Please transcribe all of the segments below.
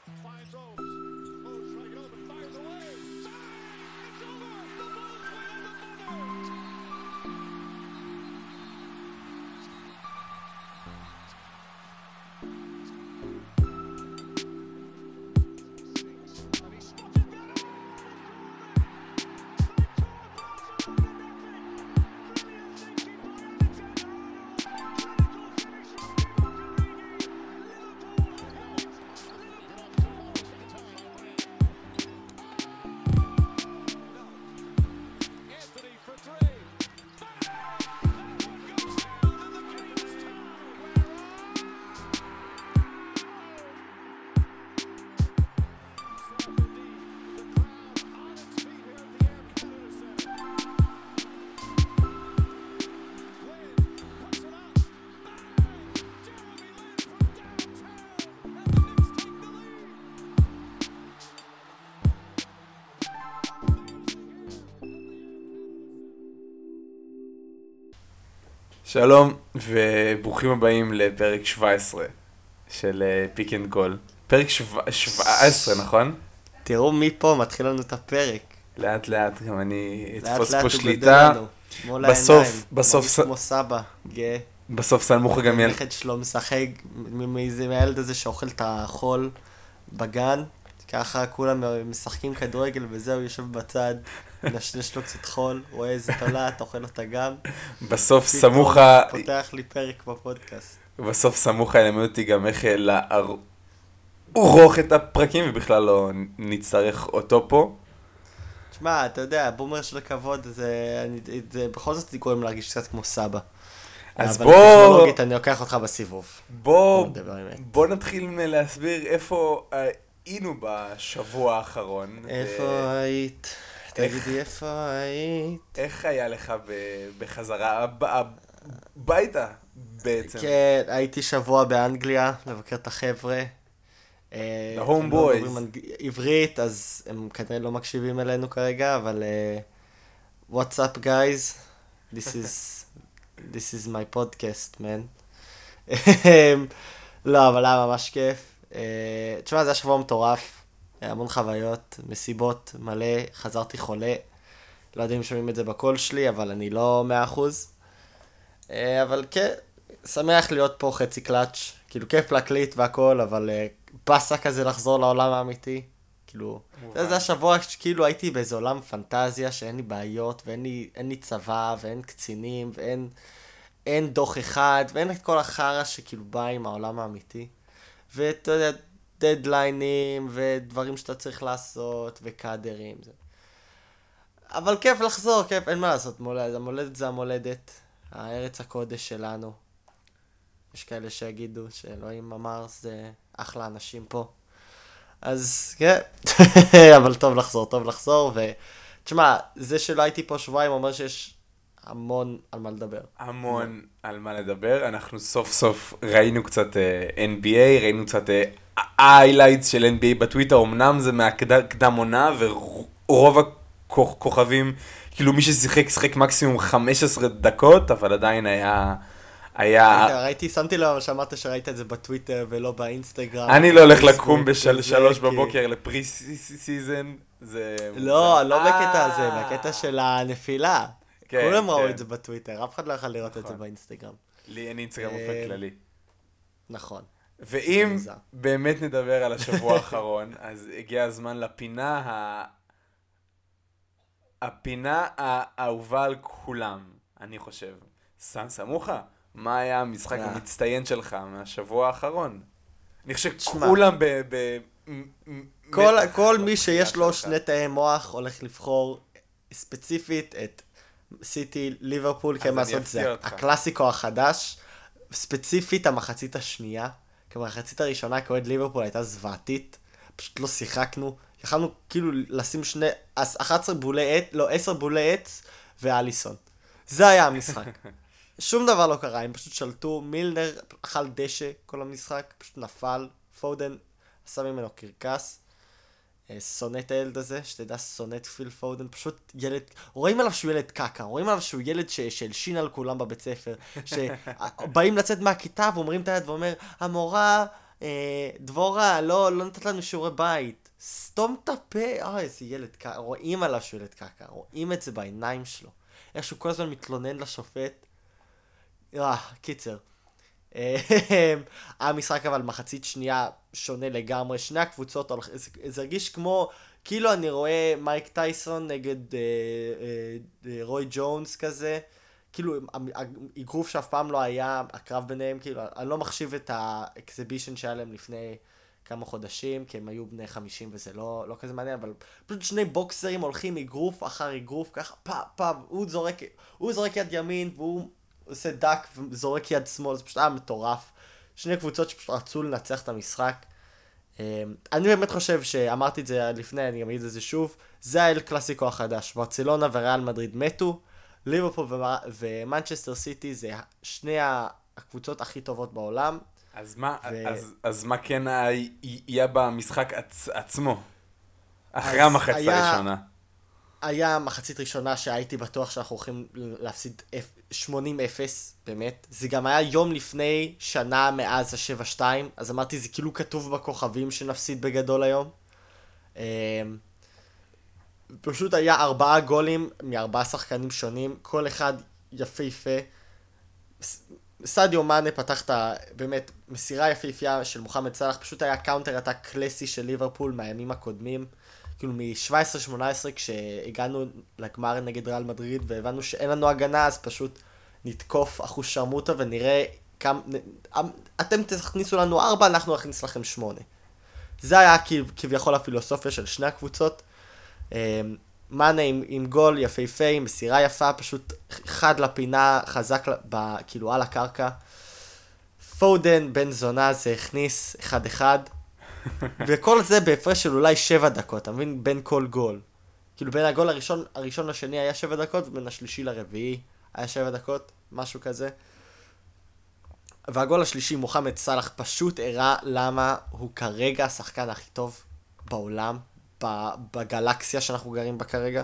שלום וברוכים הבאים לפרק 17 של פיק אנד גול. פרק 17, נכון? תראו מי פה מתחיל לנו את הפרק. לאט לאט גם אני אתפוס לאט פה לאט הוא שליטה. גדל לנו, מול העיניים. בסוף כמו סבא, גאה. בסוף סלמוחה גם הנכד שלו משחק מהילד הזה שאוכל את החול בגן. ככה כולם משחקים כדורגל וזהו, יושב בצד, נשנש לו קצת חול, רואה איזה תולעת, אוכל אותה גם. בסוף סמוחה פותח לי פרק בפודקאסט. בסוף סמוחה ילמד אותי גם איך לערוך את הפרקים ובכלל לא נצטרך אותו פה. תשמע, אתה יודע, בומר של הכבוד, זה בכל זאת גורם להרגיש קצת כמו סבא. אז אבל טכנולוגית אני לוקח אותך בסיבוב. בוא נתחיל מלהסביר איפה היינו בשבוע האחרון. איפה היית? תגידי איפה היית? איך היה לך בחזרה הביתה בעצם? כן, הייתי שבוע באנגליה לבקר את החבר'ה. ההום בויז. הם לא מדברים עברית, אז הם כנראה לא מקשיבים אלינו כרגע, אבל what's up guys? This is my podcast, man. לא, אבל היה ממש כיף. תשמע, זה היה שבוע מטורף. המון חוויות, מסיבות, מלא, חזרתי חולה. לא יודע אם שומעים את זה בקול שלי, אבל אני לא 100%. אבל כן, שמח להיות פה חצי קלאץ'. כאילו, כיף להקליט והכל, אבל פסה כזה לחזור לעולם האמיתי. כאילו, זה השבוע שכאילו הייתי באיזה עולם פנטזיה, שאין לי בעיות, ואין לי צבא, ואין קצינים, ואין דוח אחד, ואין את כל החרא שכאילו בא עם העולם האמיתי. ואתה יודע, דדליינים, ודברים שאתה צריך לעשות, וקאדרים. אבל כיף לחזור, כיף, אין מה לעשות, המולדת זה המולדת, הארץ הקודש שלנו. יש כאלה שיגידו שאלוהים אמר, זה אחלה אנשים פה. אז כן, אבל טוב לחזור, ותשמע, זה שלא הייתי פה שבועיים אומר שיש המון על מה לדבר. המון על מה לדבר, אנחנו סוף סוף ראינו קצת NBA, ראינו קצת highlights של NBA בטוויטר, אמנם זה מהקדם עונה, ורוב הכוכבים, כאילו מי ששיחק מקסימום 15 דקות, אבל עדיין היה... ראיתי, שמתי לו, אבל שאמרת שראית את זה בטוויטר ולא באינסטגרם. אני לא הולך לקום ב3 בבוקר לפרי סיזן. לא בקטע הזה, בקטע של הנפילה. כולם ראו את זה בטוויטר, אף אחד לא יכול לראות את זה באינסטגרם. לי אין אינסטגרם אופן כללי. נכון. ואם באמת נדבר על השבוע האחרון, אז הגיע הזמן הפינה האהובה על כולם, אני חושב. סמוחה, מה היה המשחק המצטיין שלך מהשבוע האחרון? אני חושב כולם כל מי שיש לו שני תאי מוח הולך לבחור ספציפית את סיטי, ליברפול, כי מה לעשות זה הקלאסיקו החדש, ספציפית המחצית השנייה, כי המחצית הראשונה כאוהד ליברפול הייתה זוועתית, פשוט לא שיחקנו, יכלנו כאילו לשים 10 בולי עץ ואליסון. זה היה המשחק. שום דבר לא קרה, הם פשוט שלטו, מילנר אכל דשא כל המשחק, פשוט נפל, פודן עשה ממנו קרקס, שונא את הילד הזה, שתדע שונא את פיל פודן, פשוט ילד, רואים עליו שהוא ילד קקה, רואים עליו שהוא ילד שהלשין על כולם בבית ספר, שבאים לצאת מהכיתה ואומרים את היד ואומר, המורה דבורה, לא נתת לנו שיעורי בית. סתום את הפה. איזה ילד קקה. רואים עליו שהוא ילד קקה. רואים את זה בעיניים שלו. איך שהוא כל הזמן מתלונן לשופט. קיצר. המשחק אבל מחצית שנייה שונה לגמרי. שני הקבוצות, זה הרגיש כמו, כאילו אני רואה מייק טייסון נגד רוי ג'ונס כזה. כאילו, אגרוף שאף פעם לא היה, הקרב ביניהם, כאילו, אני לא מחשיב את האקזיבישן שהיה להם לפני כמה חודשים, כי הם היו בני 50 וזה לא כזה מעניין, אבל פשוט שני בוקסרים הולכים אגרוף אחר אגרוף, ככה פעם, הוא זורק יד ימין, והוא עושה דק וזורק יד שמאל, זה פשוט היה מטורף. שני קבוצות שפשוט רצו לנצח את המשחק. אני באמת חושב שאמרתי את זה לפני, אני גם אגיד את זה שוב, זה האל קלאסיקו החדש, ברצלונה וריאל מדריד מתו, ליברפול ומנצ'סטר סיטי זה שני הקבוצות הכי טובות בעולם. אז מה כן היה במשחק עצמו? אחרי המחצית הראשונה. היה מחצית ראשונה שהייתי בטוח שאנחנו הולכים להפסיד 80-0, באמת. זה גם היה יום לפני שנה מאז ה-7-2, אז אמרתי זה כאילו כתוב בכוכבים שנפסיד בגדול היום. פשוט היה 4 גולים מ4 שחקנים שונים, כל אחד יפהפה. סדיו מאנה פתח את באמת מסירה יפהפייה של מוחמד סלאח, פשוט היה קאונטר אטאק קלאסי של ליברפול מהימים הקודמים, כאילו מ-17-18 כשהגענו לגמר נגד ריאל מדריד והבנו שאין לנו הגנה, אז פשוט נתקוף אחוז שרמוטה ונראה אתם תכניסו לנו 4, אנחנו נכניס לכם 8. זה היה כביכול הפילוסופיה של שני הקבוצות. מאנה עם גול יפהפה, עם מסירה יפה, פשוט חד לפינה, חזק כאילו על הקרקע. פודן בן זונה זה הכניס 1-1, וכל זה בהפרש של אולי 7 דקות, אתה מבין? בין כל גול. כאילו בין הגול הראשון לשני היה 7 דקות, ובין השלישי לרביעי היה 7 דקות, משהו כזה. והגול השלישי, מוחמד סלאח, פשוט הראה למה הוא כרגע השחקן הכי טוב בעולם, בגלקסיה שאנחנו גרים בה כרגע.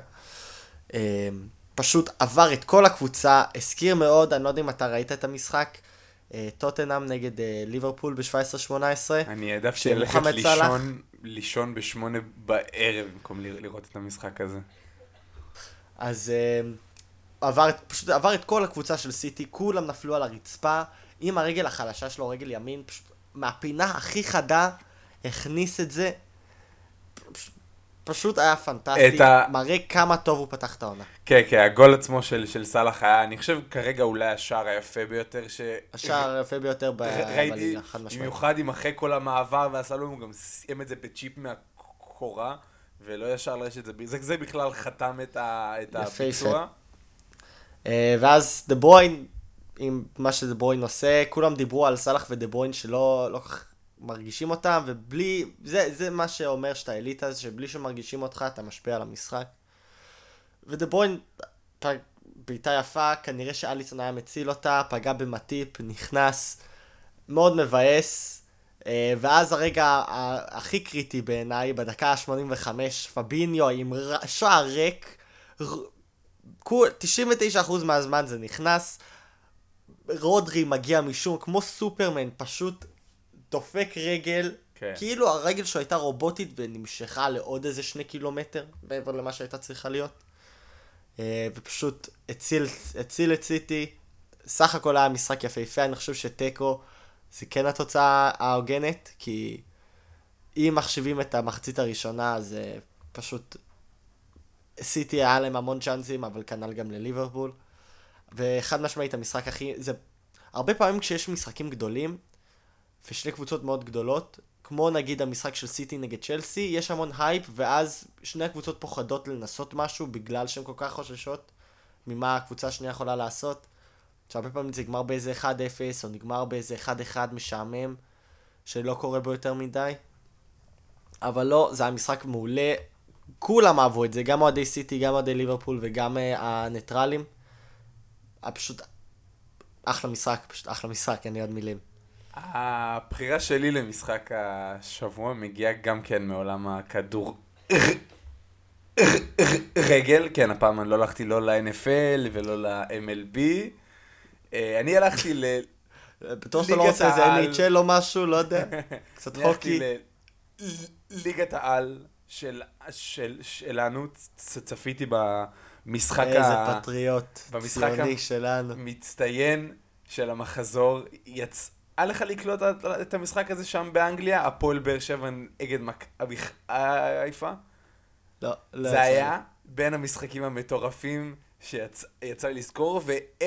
פשוט עבר את כל הקבוצה, הזכיר מאוד, אני לא יודע אם אתה ראית את המשחק, טוטנהאם נגד ליברפול ב-17-18. אני העדף ללכת לישון ב8 בערב במקום לראות את המשחק הזה. אז פשוט עבר את כל הקבוצה של סיטי, כולם נפלו על הרצפה, עם הרגל החלשה שלו, רגל ימין, פשוט מהפינה הכי חדה, הכניס את זה, פשוט היה פנטסטי, מראה כמה טוב הוא פתח את העונה. כן, הגול עצמו של סלאח היה, אני חושב כרגע אולי השער היפה ביותר השער היפה ביותר ראיתי, במיוחד עם אחרי כל המעבר והסלום, הוא גם סיים את זה בצ'יפ מהקורה, ולא ישר לרשת את זה, זה בכלל חתם את הביצוע. ואז דה ברוין, עם מה שדה ברוין עושה, כולם דיברו על סלאח ודה ברוין שלא כך מרגישים אותם, ובלי, זה מה שאומר שאתה אליטה, שבלי שמרגישים אותך אתה משפיע על המשחק. ודה ברוין, בעיטה יפה, כנראה שאליסון היה מציל אותה, פגע במטיפ, נכנס, מאוד מבאס, ואז הרגע הכי קריטי בעיניי, בדקה ה-85, פביניו עם שער ריק, 99% מהזמן זה נכנס, רודרי מגיע משום, כמו סופרמן, פשוט דופק רגל, כן. כאילו הרגל שלו הייתה רובוטית ונמשכה לעוד איזה 2 קילומטר, בעבר למה שהייתה צריכה להיות. ופשוט הציל את סיטי. סך הכל היה משחק יפהפה, אני חושב שטקו זה כן התוצאה ההוגנת, כי אם מחשבים את המחצית הראשונה, אז פשוט סיטי היה להם המון צ'אנסים, אבל כנ"ל גם לליברפול. וחד משמעית המשחק זה הרבה פעמים כשיש משחקים גדולים, ושני קבוצות מאוד גדולות, כמו נגיד המשחק של סיטי נגד צ'לסי, יש המון הייפ, ואז שני הקבוצות פוחדות לנסות משהו, בגלל שהן כל כך חוששות ממה הקבוצה השנייה יכולה לעשות. שהרבה פעמים זה נגמר באיזה 1-0, או נגמר באיזה 1-1 משעמם, שלא קורה בו יותר מדי. אבל לא, זה היה משחק מעולה, כולם אהבו את זה, גם אוהדי סיטי, גם אוהדי ליברפול, וגם הניטרלים. פשוט אחלה משחק, אין לי עוד מילים. הבחירה שלי למשחק השבוע מגיעה גם כן מעולם הכדור רגל, כן, הפעם אני לא הלכתי לא ל-NFL ולא ל-MLB, אני הלכתי בטוח שאתה לא רוצה איזה NHL או משהו, לא יודע. קצת הוקי. ליגת העל שלנו, צפיתי במשחק איזה פטריוט ציוני שלנו. המצטיין של המחזור. יצא לך לקלוט את המשחק הזה שם באנגליה? הפועל באר שבע נגד מכבי חיפה? לא. זה היה בין המשחקים המטורפים שיצא לי לזכור,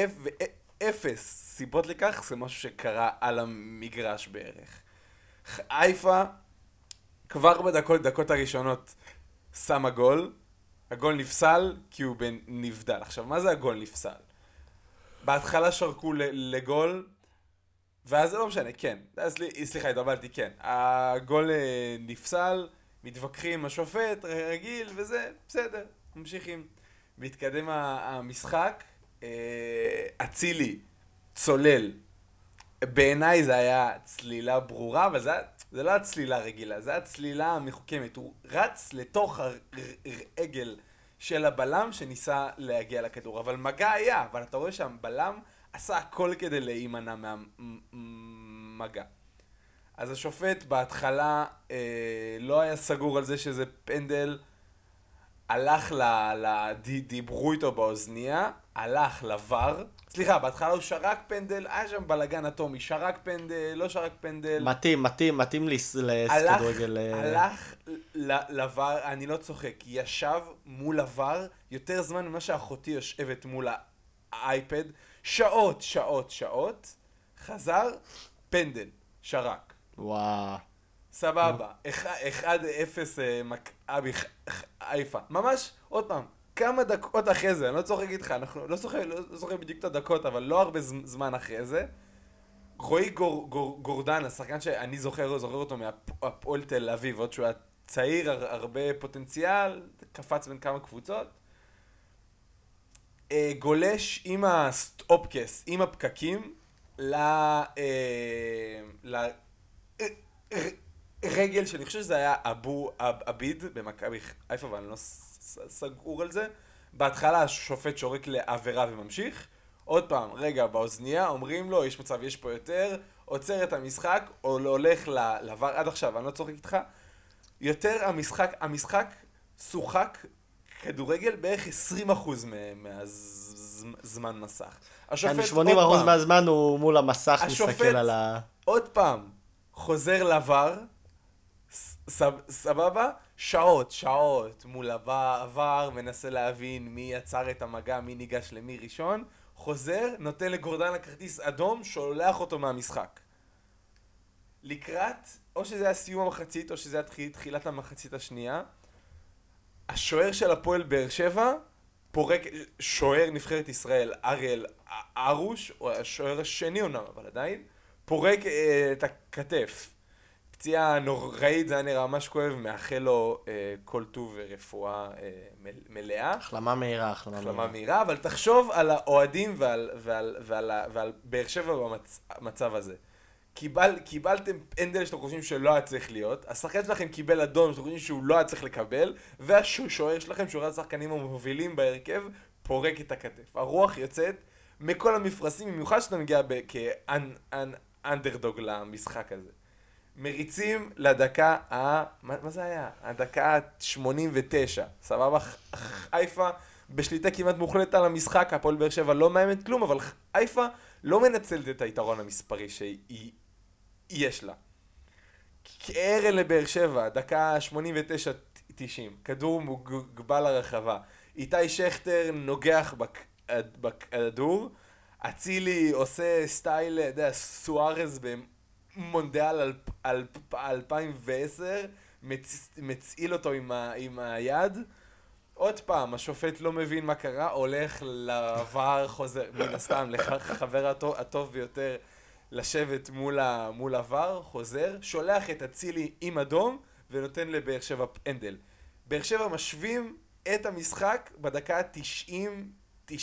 ואפס סיבות לכך, זה משהו שקרה על המגרש בערך. חיפה כבר בדקות הראשונות שמה גול, הגול נפסל כי הוא נבדל. עכשיו, מה זה הגול נפסל? בהתחלה שרקו לגול, ואז זה לא משנה, כן. סליחה, התבלבלתי, כן. הגול נפסל, מתווכחים עם השופט, רגיל, וזה, בסדר, ממשיכים. מתקדם המשחק, אצילי, צולל. בעיניי זה היה צלילה ברורה, אבל זה לא הצלילה רגילה, זה הצלילה המחוכמת. הוא רץ לתוך הרגל של הבלם שניסה להגיע לכדור, אבל מגע היה, אבל אתה רואה שהבלם עשה הכל כדי להימנע מהמגע. אז השופט בהתחלה לא היה סגור על זה שזה פנדל, הלך דיברו איתו באוזניה, הלך לבר, סליחה, בהתחלה הוא שרק פנדל, היה שם בלגן אטומי, שרק פנדל, לא שרק פנדל. מתאים לכדורגל. הלך לבר, אני לא צוחק, ישב מול לבר יותר זמן ממה שאחותי יושבת מול האייפד, שעות, חזר, פנדל, שרק. וואו. סבבה, 1-0 מכבי חיפה. ממש, עוד פעם, כמה דקות אחרי זה, אני לא צוחק איתך, אנחנו לא זוכר בדיוק את הדקות, אבל לא הרבה זמן אחרי זה. רועי גורדן, השחקן שאני זוכר אותו מהפועל תל אביב, עוד שהוא היה צעיר, הרבה פוטנציאל, קפץ בין כמה קבוצות. גולש עם הסטופקס, עם הפקקים, רגל שאני חושב שזה היה אבו עביד במכבי חיפה, אבל אני לא סגור על זה. בהתחלה השופט שורק לעבירה וממשיך. עוד פעם, רגע, באוזניה אומרים לו, יש מצב, יש פה יותר, עוצר את המשחק, או הולך לבר עד עכשיו, אני לא צוחק איתך. יותר המשחק שוחק כדורגל בערך 20% מהזמן מסך. השופט 80% מהזמן הוא מול המסך מסתכל על ה... עוד פעם, חוזר לבר, סבבה, שעות מול עבר, מנסה להבין מי יצר את המגע, מי ניגש למי ראשון, חוזר, נותן לגורדן הכרטיס אדום, שולח אותו מהמשחק. לקראת, או שזה היה סיום המחצית, או שזה היה תחילת המחצית השנייה, השוער של הפועל באר שבע, פורק, שוער נבחרת ישראל, אריאל ארוש, או השוער השני עונה, אבל עדיין, פורק את הכתף. פציעה נוראית, זה היה נראה ממש כואב, מאחל לו כל טוב ורפואה מלאה. החלמה מהירה. אבל תחשוב על האוהדים ועל באר שבע במצב הזה. קיבלתם פנדל שאתם חושבים שלא היה צריך להיות, השחקן שלכם קיבל אדום שאתם חושבים שהוא לא היה צריך לקבל, והשוער שלכם, שוער השחקנים המובילים בהרכב, פורק את הכתף. הרוח יוצאת מכל המפרשים, במיוחד שאתה מגיע כאנדרדוג למשחק הזה. מריצים לדקה מה זה היה? הדקה 89, סבבה? חיפה בשליטה כמעט מוחלטת על המשחק, הפועל באר שבע לא מאיימת כלום, אבל חיפה לא מנצלת את היתרון המספרי שיש לה. קרן לבאר שבע, דקה 89-90, כדור מוגבל לרחבה, איתי שכטר נוגח בכדור, אצילי עושה סטייל, סוארז במונדיאל 2010, מצעיל אותו עם היד. עוד פעם, השופט לא מבין מה קרה, הולך לבר, חוזר, מן הסתם, לחבר הטוב ביותר לשבת מול הבר, חוזר, שולח את אצילי עם אדום ונותן לבאר שבע פנדל. באר שבע משווים את המשחק בדקה 90-91.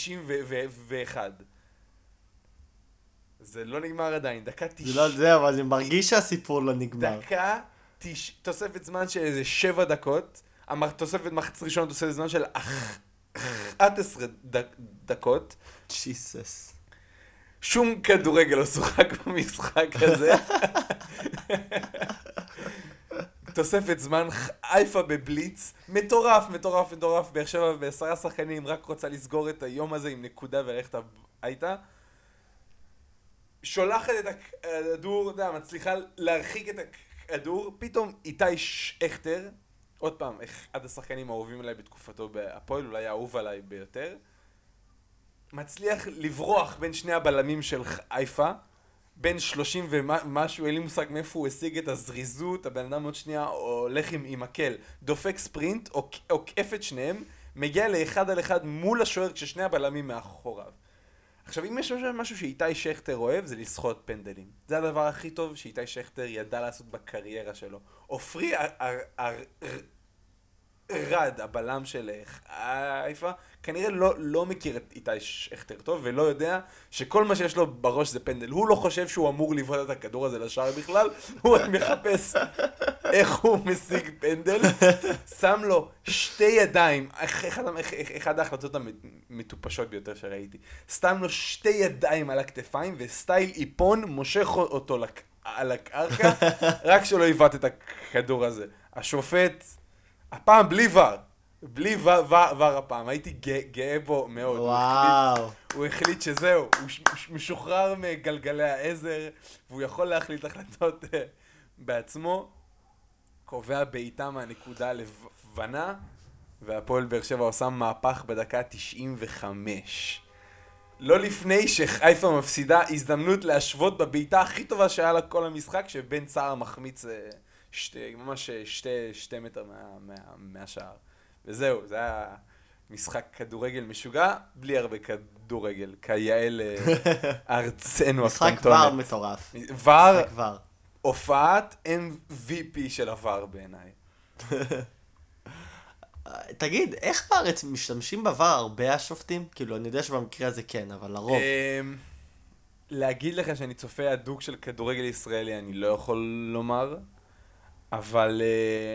זה לא נגמר עדיין, דקה 90. זה לא זה, אבל זה מרגיש שהסיפור לא נגמר. דקה, תוספת זמן של איזה 7 דקות, תוספת מחצית ראשונה תוספת זמן של 11 דקות. ג'יסוס. שום כדורגל לא שוחק במשחק הזה. תוספת זמן, חיפה בבליץ, מטורף, מטורף, מטורף, באר שבע ב10 שחקנים, רק רוצה לסגור את היום הזה עם נקודה ולכת הביתה. שולחת את הכדור, מצליחה להרחיק את הכדור, פתאום איתי שכטר, עוד פעם, אחד השחקנים האהובים עליי בתקופתו בהפועל, אולי האהוב עליי ביותר, מצליח לברוח בין שני הבלמים של חיפה, בין 30 ומשהו, אין לי מושג מאיפה הוא השיג את הזריזות, הבן אדם עוד שנייה הולך עם מקל, דופק ספרינט, עוקף את שניהם, מגיע לאחד על אחד מול השוער כששני הבלמים מאחוריו. עכשיו, אם יש משהו שאיתי שכטר אוהב, זה לשחות פנדלים. זה הדבר הכי טוב שאיתי שכטר ידע לעשות בקריירה שלו. עופרי רד, הבלם של חיפה, כנראה לא מכיר את איתי שכטר טוב, ולא יודע שכל מה שיש לו בראש זה פנדל. הוא לא חושב שהוא אמור לבעוט את הכדור הזה לשער בכלל, הוא רק מחפש איך הוא משיג פנדל, שם לו שתי ידיים, אחד ההחלטות המטופשות ביותר שראיתי, שם לו שתי ידיים על הכתפיים, וסטייל איפון מושך אותו על הקרקע, רק שלא יבעט את הכדור הזה. השופט, הפעם בלי ור, בלי ור הפעם, הייתי גאה בו מאוד. וואו. הוא החליט שזהו, הוא משוחרר מגלגלי העזר, והוא יכול להחליט החלטות בעצמו, קובע בעיטה מהנקודה לבנה, והפועל באר שבע עושה מהפך בדקה 95. לא לפני שחיפה מפסידה הזדמנות להשוות בבעיטה הכי טובה שהיה לה כל המשחק, שבן סער מחמיץ ממש 2 מטר מהשער. וזהו, זה היה משחק כדורגל משוגע, בלי הרבה כדורגל, כיעל ארצנו הקטנטונת. משחק ור מטורף. ור, הופעת MVP של הוואר בעיניי. תגיד, איך בארץ משתמשים בוואר הרבה השופטים? כאילו, אני יודע שבמקרה הזה כן, אבל לרוב. להגיד לך שאני צופה הדוק של כדורגל ישראלי, אני לא יכול לומר. אבל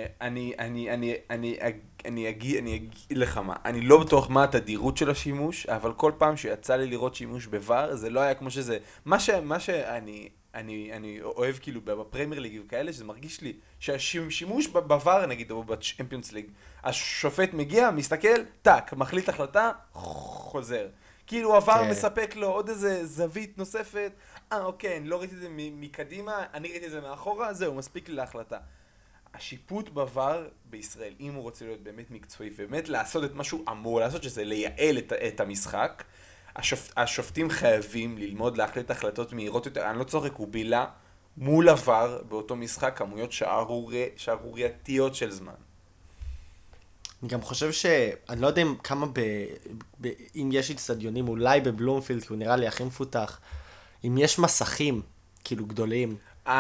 אני אגיד לך מה, אני לא בטוח מה התדירות של השימוש, אבל כל פעם שיצא לי לראות שימוש בוואר, זה לא היה כמו שזה, מה שאני אוהב כאילו בפרמייר ליג וכאלה, שזה מרגיש לי שהשימוש בוואר, נגיד, או בצ'מפיונס ליג, השופט מגיע, מסתכל, טק, מחליט החלטה, חוזר. כאילו הוואר מספק לו עוד איזה זווית נוספת, אוקיי, אני לא ראיתי את זה מקדימה, אני ראיתי את זה מאחורה, זהו, מספיק לי להחלטה. השיפוט בוואר בישראל, אם הוא רוצה להיות באמת מקצועי, ובאמת לעשות את מה שהוא אמור לעשות, שזה לייעל את המשחק, השופטים חייבים ללמוד להחליט החלטות מהירות יותר, אני לא צוחק, הוא בילה מול הוואר באותו משחק כמויות שערורייתיות של זמן. אני גם חושב אני לא יודע כמה אם יש אצטדיונים, אולי בבלומפילד, כי הוא נראה לי הכי מפותח, אם יש מסכים, כאילו גדולים.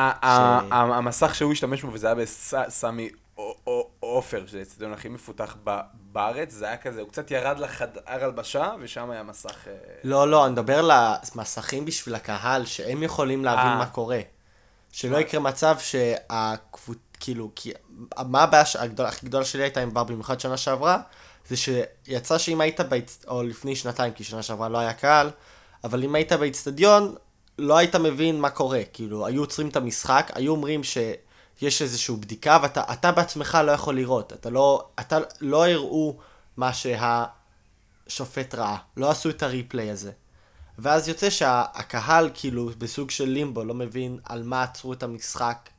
המסך שהוא השתמש בו, וזה היה בסמי אופר, שזה אצטדיון הכי מפותח בארץ, זה היה כזה, הוא קצת ירד לחדר הלבשה, ושם היה מסך... לא, אני מדבר למסכים בשביל הקהל, שהם יכולים להבין מה קורה. שלא יקרה מצב כאילו, כי מה הבעיה הכי גדולה שלי הייתה עם בר, במיוחד שנה שעברה, זה שיצא שאם היית, או לפני שנתיים, כי שנה שעברה לא היה קהל, אבל אם היית באצטדיון, לא היית מבין מה קורה, כאילו, היו עוצרים את המשחק, היו אומרים שיש איזושהי בדיקה, ואתה בעצמך לא יכול לראות, אתה לא הראו מה שהשופט ראה, לא עשו את הריפליי הזה. ואז יוצא שהקהל, כאילו, בסוג של לימבו, לא מבין על מה עצרו את המשחק,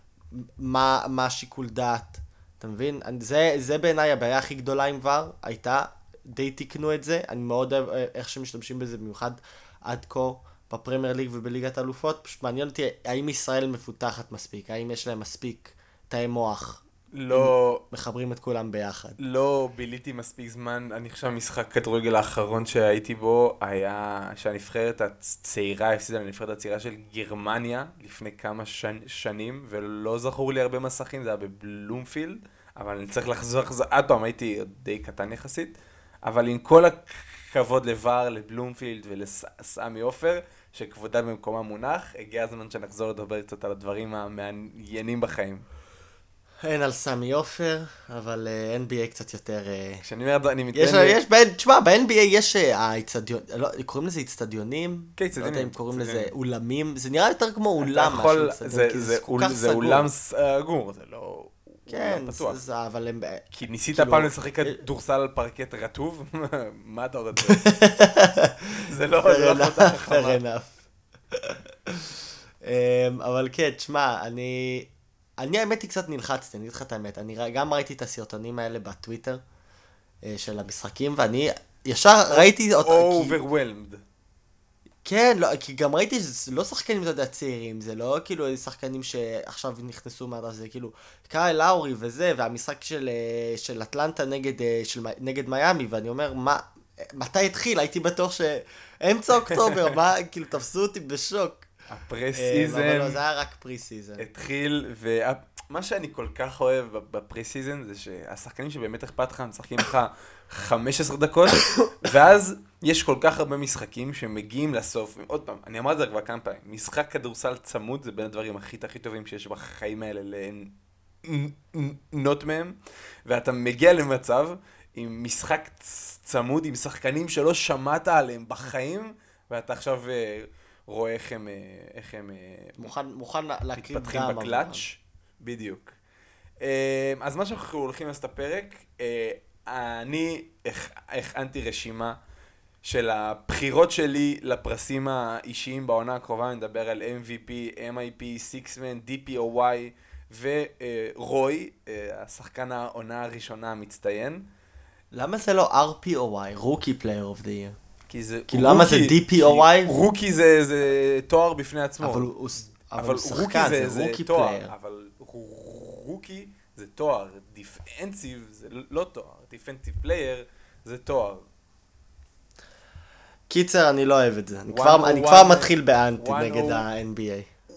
מה השיקול דעת, אתה מבין? זה בעיניי הבעיה הכי גדולה עם ור, הייתה, די תיקנו את זה, אני מאוד אוהב איך שמשתמשים בזה, במיוחד עד כה, בפרמייר ליג ובליגת האלופות, פשוט מעניין אותי, האם ישראל מפותחת מספיק, האם יש להם מספיק תאי מוח, לא... מחברים את כולם ביחד. לא ביליתי מספיק זמן, אני חושב המשחק כדורגל האחרון שהייתי בו, היה שהנבחרת הצעירה, הפסידה לנבחרת הצעירה של גרמניה, לפני כמה שנים, ולא זכור לי הרבה מסכים, זה היה בבלומפילד, אבל אני צריך לחזור, עד פעם הייתי די קטן יחסית, אבל עם כל הכבוד לוואר, לבלומפילד ולסמי עופר, שכבודה במקומה מונח, הגיע הזמן שנחזור לדבר קצת על הדברים המעניינים בחיים. אין על סמי עופר, אבל NBA קצת יותר... כשאני אומר, אני מתכוון... תשמע, ב-NBA יש האיצטדיון, קוראים לזה איצטדיונים? כן, לא איצטדיונים. יודע אם קוראים לזה אולמים, זה נראה יותר כמו אתה אולם יכול, משהו איצטדיון, כי זה כל כך זה סגור. אולם סגור, זה לא כן, אולם פתוח. אבל הם... כי ניסית כאילו- פעם לשחק כדורסל על פרקט רטוב? מה אתה רוצה? זה לא fair החלטה enough, חכמה. fair enough. אבל כן, תשמע, אני האמת היא קצת נלחצתי, אני אגיד לך את האמת, אני גם ראיתי את הסרטונים האלה בטוויטר של המשחקים, ואני ישר ראיתי אותם, overwhelmed. כן, לא, כי גם ראיתי שזה לא שחקנים, אתה יודע, צעירים, זה לא כאילו שחקנים שעכשיו נכנסו מהדף, זה כאילו קאי לאורי וזה, והמשחק של אטלנטה נגד מיאמי, ואני אומר, מתי התחיל? הייתי בטוח שאמצע אוקטובר, כאילו תפסו אותי בשוק. הפרי אבל סיזן לא, זה היה רק פרי סיזן. התחיל, ומה שאני כל כך אוהב בפרי סיזן זה שהשחקנים שבאמת אכפת לך, הם משחקים לך 15 דקות, ואז יש כל כך הרבה משחקים שמגיעים לסוף. עוד פעם, אני אמר את זה כבר כמה פעמים, משחק כדורסל צמוד זה בין הדברים הכי טובים שיש בחיים האלה ליהנות מהם, ואתה מגיע למצב עם משחק צמוד, עם שחקנים שלא שמעת עליהם בחיים, ואתה עכשיו רואה איך הם מוכן להקריב מתפתחים דם. בקלאץ', בדיוק. אז מה שאנחנו הולכים לעשות הפרק, אני הכנתי רשימה של הבחירות שלי לפרסים האישיים בעונה הקרובה, אני מדבר על MVP, MIP, Six-Man, DPOY ורוי, השחקן העונה הראשונה המצטיין. למה זה לא RPOY, Rookie Player of the Year? כי למה זה DPOY? רוקי זה תואר בפני עצמו. אבל הוא שחקן, זה רוקי פלייר. אבל רוקי זה תואר, דיפנסיב זה לא תואר, דיפנסיב פלייר זה תואר. קיצר, אני לא אוהב את זה. אני כבר מתחיל באנטי נגד ה-NBA.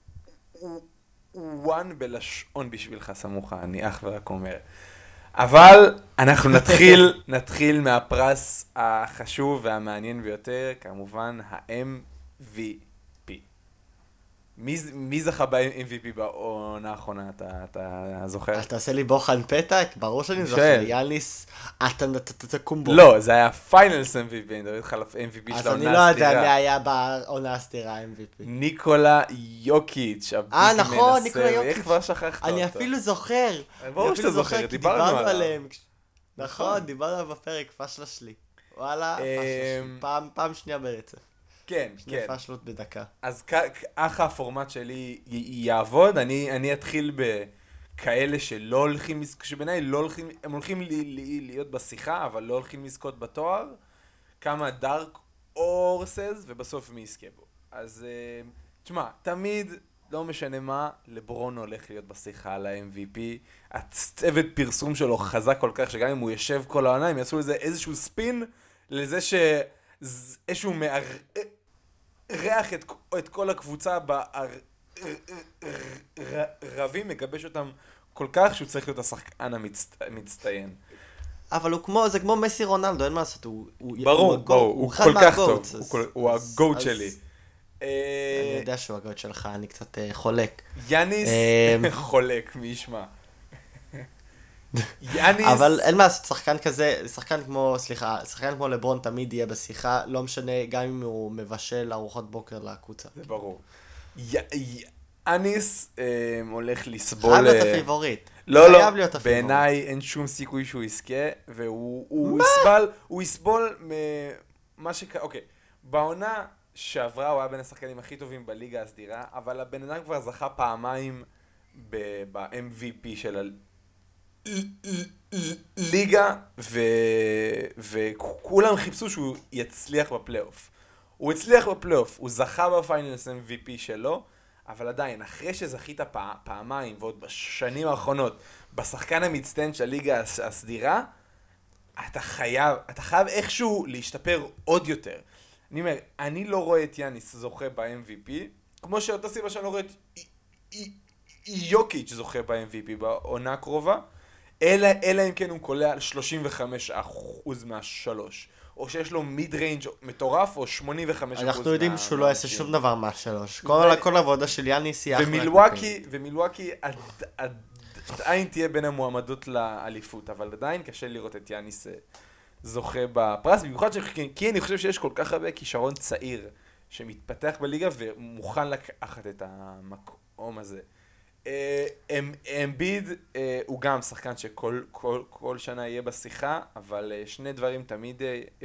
וואן בלשון בשבילך סמוכה, אני אך ורק אומר. אבל אנחנו נתחיל מהפרס החשוב והמעניין ביותר, כמובן ה-MVP. מי זכה ב-MVP בעונה האחרונה, אתה זוכר? אתה עושה לי בוחן פתק? ברור שאני זוכר, יאניס, אתה קומבו. לא, זה היה פיינלס MVP, אני מדבר איתך על MVP של העונה הסתירה. אז אני לא יודע מי היה בעונה הסתירה MVP. ניקולה יוקיץ', הבלתי מנסה. נכון, ניקולה יוקיץ'. איך כבר שכחת אותו? אני אפילו זוכר. ברור שאתה זוכר, דיברנו עליו. נכון, דיברנו עליו בפרק, פשלה שלי. וואלה, פשלה שלי. פעם שנייה ברצף. כן, שני פשלות בדקה. אז כך הפורמט שלי יעבוד, אני אתחיל בכאלה שלא הולכים, שבעיניי לא הולכים, הם הולכים להיות בשיחה, אבל לא הולכים לזכות בתואר, כמה דארק אורסז, ובסוף מי יזכה בו. אז תשמע, תמיד, לא משנה מה, לברון הולך להיות בשיחה על ה-MVP, הצוות פרסום שלו חזק כל כך, שגם אם הוא יושב כל העונה, הם יעשו לזה איזשהו ספין, לזה איזשהו מארח את כל הקבוצה ברבים, מגבש אותם כל כך שהוא צריך להיות השחקן המצטיין. אבל זה כמו מסי רונלדו, אין מה לעשות, ברור, הוא כל כך טוב, הוא הגוט שלי. אני יודע שהוא הגוט שלך, אני קצת חולק. יאניס חולק, מי ישמע. אבל אין מה לעשות, שחקן כמו לברון תמיד יהיה בשיחה, לא משנה גם אם הוא מבשל ארוחות בוקר לקבוצה. זה ברור. יאניס הולך לסבול... חייב להיות הפיבוריט. לא, בעיניי אין שום סיכוי שהוא יזכה, והוא יסבול ממה אוקיי, בעונה שעברה הוא היה בין השחקנים הכי טובים בליגה הסדירה, אבל הבן אדם כבר זכה פעמיים ב-MVP של ליגה, וכולם חיפשו שהוא יצליח בפלייאוף. הוא הצליח בפלייאוף, הוא זכה בפיינלס MVP שלו, אבל עדיין, אחרי שזכית פעמיים, ועוד בשנים האחרונות, בשחקן המצטיין של הליגה הסדירה, אתה חייב איכשהו להשתפר עוד יותר. אני אומר, אני לא רואה את יאניס זוכה ב-MVP, כמו שאותה סיבה שאני לא רואה את יוקיץ' זוכה ב-MVP בעונה הקרובה, אלא אם כן הוא קולע על 35% מהשלוש. או שיש לו מיד ריינג' מטורף, או 85%. אנחנו יודעים שהוא לא יעשה שום דבר מהשלוש. כל העבודה של יאניס היא ומילווקי עדיין תהיה בין המועמדות לאליפות, אבל עדיין קשה לראות את יאניס זוכה בפרס, במיוחד כי אני חושב שיש כל כך הרבה כישרון צעיר שמתפתח בליגה ומוכן לקחת את המקום הזה. אמביד הוא גם שחקן שכל שנה יהיה בשיחה, אבל שני דברים תמיד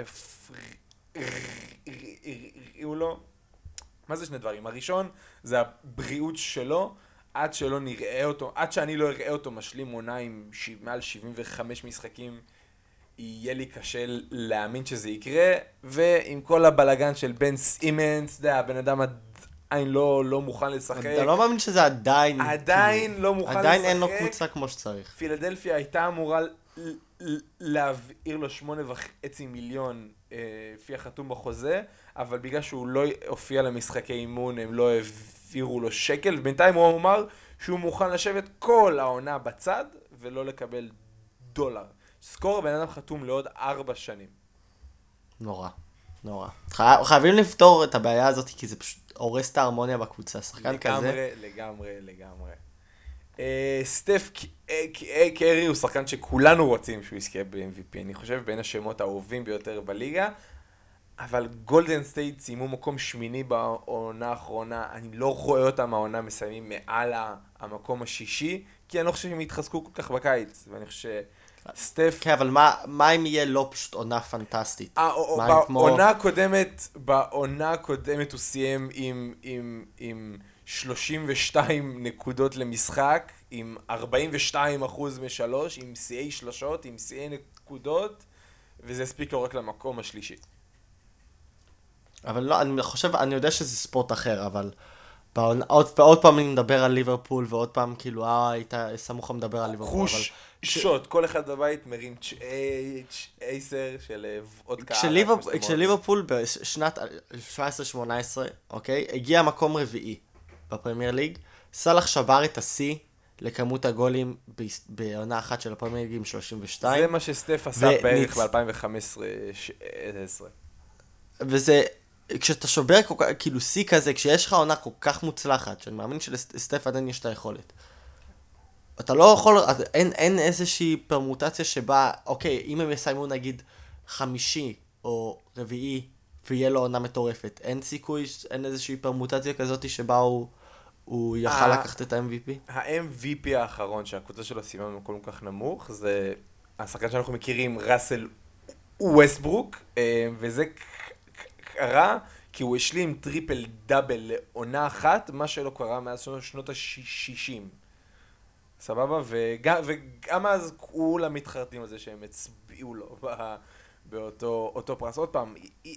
יפריעו לו. מה זה שני דברים? הראשון זה הבריאות שלו, עד שאני לא אראה אותו משלים עונה עם מעל 75 משחקים, יהיה לי קשה להאמין שזה יקרה, ועם כל הבלגן של בן סימנס, הבן אדם עדיין לא מוכן לשחק. אתה לא מאמין שזה עדיין לא מוכן לשחק. עדיין אין לו קבוצה כמו שצריך. פילדלפיה הייתה אמורה להעביר לו 8.5 מיליון לפי החתום בחוזה, אבל בגלל שהוא לא הופיע למשחקי אימון, הם לא העבירו לו שקל, ובינתיים הוא אמר שהוא מוכן לשבת כל העונה בצד, ולא לקבל דולר. סקור בן אדם חתום לעוד 4 שנים. נורא. חייבים לפתור את הבעיה הזאת, כי זה פשוט הורס את ההרמוניה בקבוצה. שחקן כזה. לגמרי. סטף קרי הוא שחקן שכולנו רוצים שהוא יזכה ב-MVP. אני חושב בין השמות האהובים ביותר בליגה, אבל גולדן סטייט סיימו מקום שמיני בעונה האחרונה. אני לא רואה אותם העונה מסיימים מעל המקום השישי, כי אני לא חושב שהם יתחזקו כל כך בקיץ, ואני חושב סטף... כן, אבל מה אם יהיה לא פשוט עונה פנטסטית? בעונה הקודמת הוא סיים עם 32 נקודות למשחק, עם 42% משלוש, עם CA שלשות, עם CA נקודות, וזה הספיק לו רק למקום השלישי. אבל לא, אני יודע שזה ספורט אחר, אבל ועוד פעם אני מדבר על ליברפול, ועוד פעם כאילו, היית סמוך מדבר על ליברפול. חוש שוט, כל אחד בבית מרים 10 של עוד קהל. כשליברפול בשנת 17-18, אוקיי, הגיע מקום רביעי בפרמייר ליג, סלאח שבר את השיא לכמות הגולים בעונה אחת של הפרמייר ליג עם 32. זה מה שסטף עשה בערך ב-2015-2016. וזה... כשאתה שובר כאילו שיא כזה, כשיש לך עונה כל כך מוצלחת, שאני מאמין שלסטף עדיין יש את היכולת. אתה לא יכול, אין איזושהי פרמוטציה שבה, אוקיי, אם הם יסיימו נגיד 5 או 4 ויהיה לו עונה מטורפת, אין סיכוי, אין איזושהי פרמוטציה כזאת שבה הוא יכל לקחת את ה-MVP? ה-MVP האחרון שהקבוצה שלו סיימה במקום כל כך נמוך, זה השחקן שאנחנו מכירים, ראסל ווסטברוק, וזה קרה כי הוא השלים טריפל דאבל לעונה אחת, מה שלא קרה מאז שנות ה-60. סבבה? וגם אז כולם מתחרטים על זה שהם הצביעו לו באותו פרס. עוד פעם,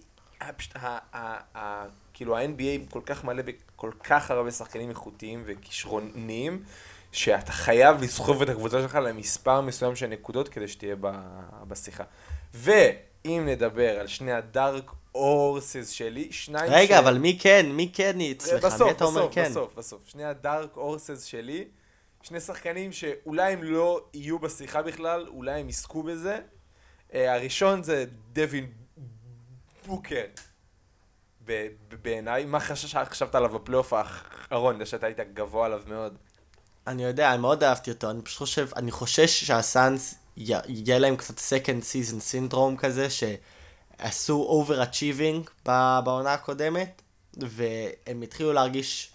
כאילו ה-NBA כל כך מלא בכל כך הרבה שחקנים איכותיים וכישרוניים, שאתה חייב לסחוב את הקבוצה שלך למספר מסוים של נקודות כדי שתהיה בשיחה. ואם נדבר על שני הדארק אורסס שלי, שניים רגע, אבל מי כן אצלך? מי אתה אומר כן? בסוף. שני הדארק אורסס שלי, שני שחקנים שאולי הם לא יהיו בשיחה בכלל, אולי הם יזכו בזה. הראשון זה דווין בוקר. בעיניי, מה חשבת עליו בפלייאוף האחרון, שאתה היית גבוה עליו מאוד? אני יודע, אני מאוד אהבתי אותו, אני חושש שהסאנס יהיה להם קצת second season syndrome כזה, שעשו overachieving בעונה הקודמת, והם התחילו להרגיש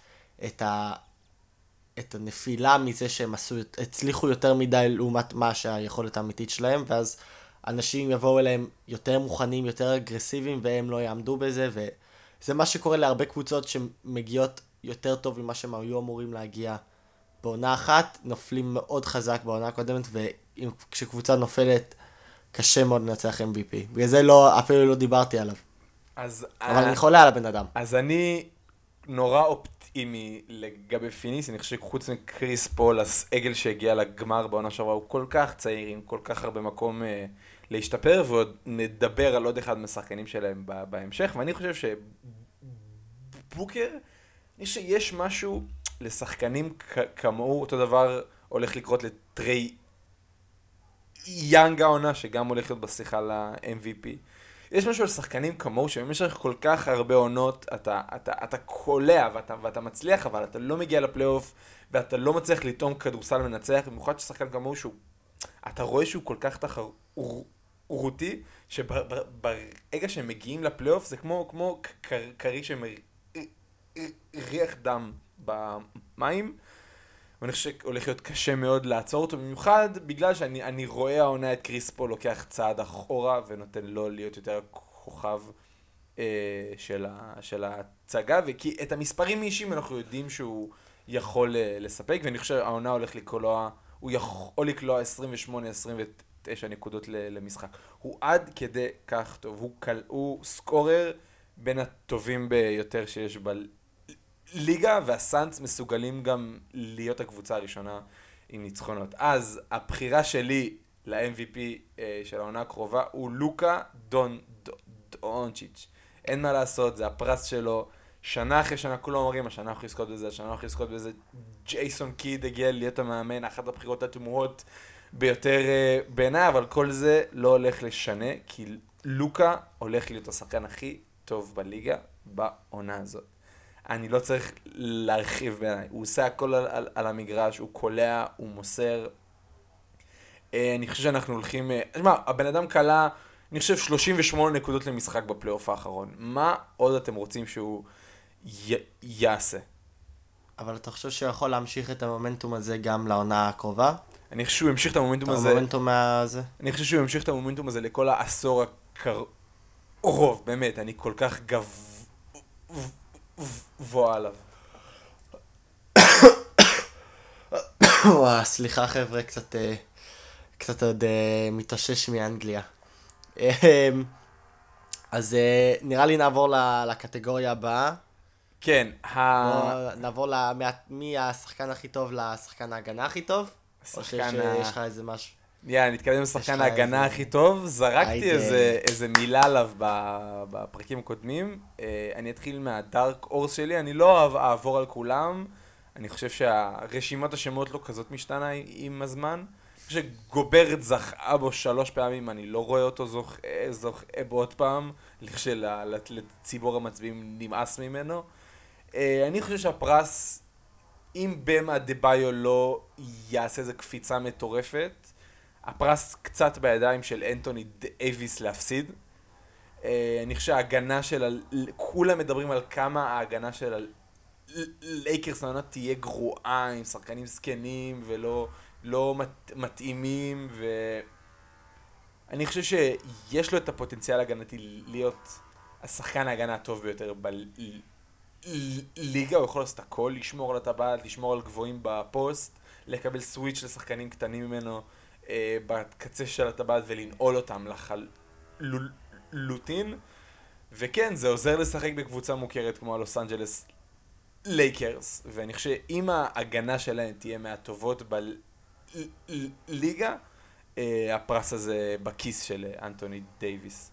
את הנפילה מזה שהם הצליחו יותר מדי לעומת מה שהיכולת האמיתית שלהם, ואז אנשים יבואו אליהם יותר מוכנים, יותר אגרסיביים, והם לא יעמדו בזה, וזה מה שקורה להרבה קבוצות שמגיעות יותר טוב ממה שהם היו אמורים להגיע בעונה אחת, נופלים מאוד חזק בעונה הקודמת, וכשקבוצה נופלת, קשה מאוד לנצח MVP. בגלל זה אפילו לא דיברתי עליו. אבל אני חולה על הבן אדם. אז אני נורא אופטימי לגבי פיניס, אני חושב שחוץ מקריס פול, הסגל שהגיע לגמר בעונה שעברה, הוא כל כך צעיר, עם כל כך הרבה מקום להשתפר, ועוד נדבר על עוד אחד מהשחקנים שלהם בהמשך, ואני חושב שבוקר, יש משהו לשחקנים כמוהו, אותו דבר הולך לקרות לטרי יאנג העונה, שגם הולך להיות בשיחה ל-MVP. יש משהו על שחקנים כמוהו, שבמשך כל כך הרבה עונות, אתה קולע ואתה מצליח, אבל אתה לא מגיע לפלייאוף, ואתה לא מצליח לטעום כדורסל מנצח, במיוחד ששחקן כמוהו אתה רואה שהוא כל כך תחרותי, שברגע שהם מגיעים לפלייאוף, זה כמו קרי שמריח דם במים, ואני חושב שהולך להיות קשה מאוד לעצור אותו, במיוחד בגלל שאני רואה העונה את קריס פול לוקח צעד אחורה, ונותן לו להיות יותר כוכב של ההצגה, וכי את המספרים האישיים אנחנו יודעים שהוא יכול לספק, ואני חושב שהעונה הולך לקלוע, הוא יכול לקלוע 28-29 נקודות למשחק. הוא עד כדי כך טוב, הוא סקורר בין הטובים ביותר שיש ליגה, והסאנס מסוגלים גם להיות הקבוצה הראשונה עם ניצחונות. אז הבחירה שלי ל-MVP של העונה הקרובה הוא לוקה דונצ'יץ'. אין מה לעשות, זה הפרס שלו. שנה אחרי שנה כולם אומרים, השנה אנחנו לזכות בזה, השנה אנחנו לזכות בזה. ג'ייסון קיד הגיע להיות המאמן, אחת הבחירות התמוהות ביותר בעיניי, אבל כל זה לא הולך לשנה, כי לוקה הולך להיות השחקן הכי טוב בליגה בעונה הזאת. אני לא צריך להרחיב בעיניי. הוא עושה הכל על המגרש, הוא קולע, הוא מוסר. אני חושב שאנחנו הולכים... הבן אדם קלה, אני חושב 38 נקודות למשחק בפלייאוף האחרון. מה עוד אתם רוצים שהוא יעשה? אבל אתה חושב שהוא יכול להמשיך את המומנטום הזה גם לעונה הקרובה? אני חושב שהוא ימשיך את המומנטום הזה... אני חושב שהוא ימשיך את המומנטום הזה לכל העשור הקרוב, באמת. אני כל כך גבוה עליו. סליחה חבר'ה, קצת עוד מתאושש מאנגליה. אז נראה לי נעבור לקטגוריה הבאה. כן. נעבור מהשחקן הכי טוב לשחקן ההגנה הכי טוב? או שיש לך איזה משהו? נתקדם לשחקן ההגנה הכי טוב. זרקתי איזה מילה עליו בפרקים הקודמים. אני אתחיל מהדארק אורס שלי. אני לא אעבור על כולם. אני חושב שהרשימת השמות לא כזאת משתנה עם הזמן. אני חושב שגוברת זכה בו 3 פעמים. אני לא רואה אותו זוכה בעוד פעם. לציבור המצביעים נמאס ממנו. אני חושב שהפרס, אם במה דביו לא יעשה איזו קפיצה מטורפת, הפרס קצת בידיים של אנטוני דייביס להפסיד. אני חושב שההגנה של... כולם מדברים על כמה ההגנה של הלייקרס העונה תהיה גרועה, עם שחקנים סקנים ולא מתאימים, ואני חושב שיש לו את הפוטנציאל הגנתי להיות השחקן ההגנה הטוב ביותר בליגה. הוא יכול לעשות הכל, לשמור על הטבעת, לשמור על גבוהים בפוסט, לקבל סוויץ' לשחקנים קטנים ממנו בקצה של הטבעת ולנעול אותם לחלוטין. וכן, זה עוזר לשחק בקבוצה מוכרת כמו הלוס אנג'לס לייקרס, ואני חושב שאם ההגנה שלהם תהיה מהטובות בליגה, הפרס הזה בכיס של אנטוני דייביס.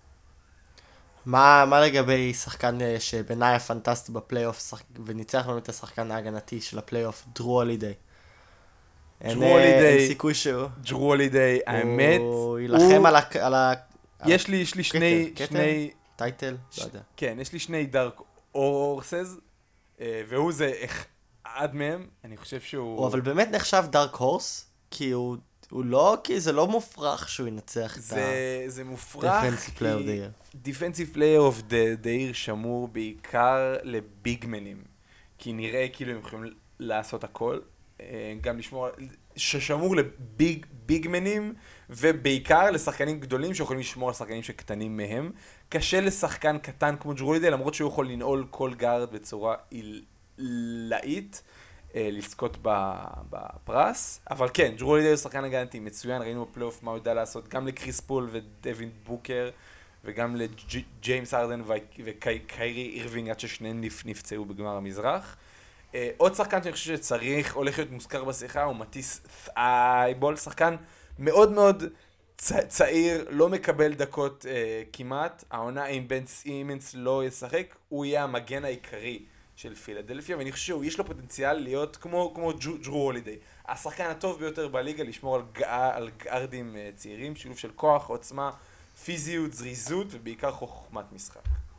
מה לגבי שחקן שבעיניי הפנטסטי בפלייאוף וניצח באמת השחקן ההגנתי של הפלייאוף, דרו הולידיי? אין סיכוי שהוא... דרו הולידיי, האמת... הוא ילחם על ה... יש לי שני... טייטל? לא יודע. כן, יש לי שני דארק אורסז, והוא זה אחד מהם. אני חושב שהוא... הוא אבל באמת נחשב דארק הורס, כי הוא לא, כי זה לא מופרך שהוא ינצח את זה מופרך, Defensive Player of the Year. Defensive Player of the Year שמור בעיקר לביגמנים, כי נראה כאילו הם יכולים לעשות הכל, גם לשמור, ששמור לביגמנים, ובעיקר לשחקנים גדולים שיכולים לשמור על שחקנים שקטנים מהם. קשה לשחקן קטן כמו ג'רו הולידיי, למרות שהוא יכול לנעול כל גארד בצורה עילאית, לזכות בפרס. אבל כן, ג'רו הולידיי הוא שחקן הגנתי מצוין, ראינו בפלייאוף מה הוא יודע לעשות גם לקריס פול ודווין בוקר, וגם לג'יימס ארדן וקיירי אירווינג, עד ששניהם נפצעו בגמר המזרח. עוד שחקן שאני חושב שצריך, הולך להיות מוזכר בשיחה, הוא מטיס ת'אייבול, שחקן מאוד מאוד צעיר, לא מקבל דקות כמעט. העונה אם בן סימנס לא ישחק, הוא יהיה המגן העיקרי של פילדלפיה, ואני חושב שיש לו פוטנציאל להיות כמו ג'רו הולידיי, השחקן הטוב ביותר בליגה, לשמור על גארדים צעירים, שילוב של כוח, עוצמה פיזיות, זריזות ובעיקר חוכמת משחק.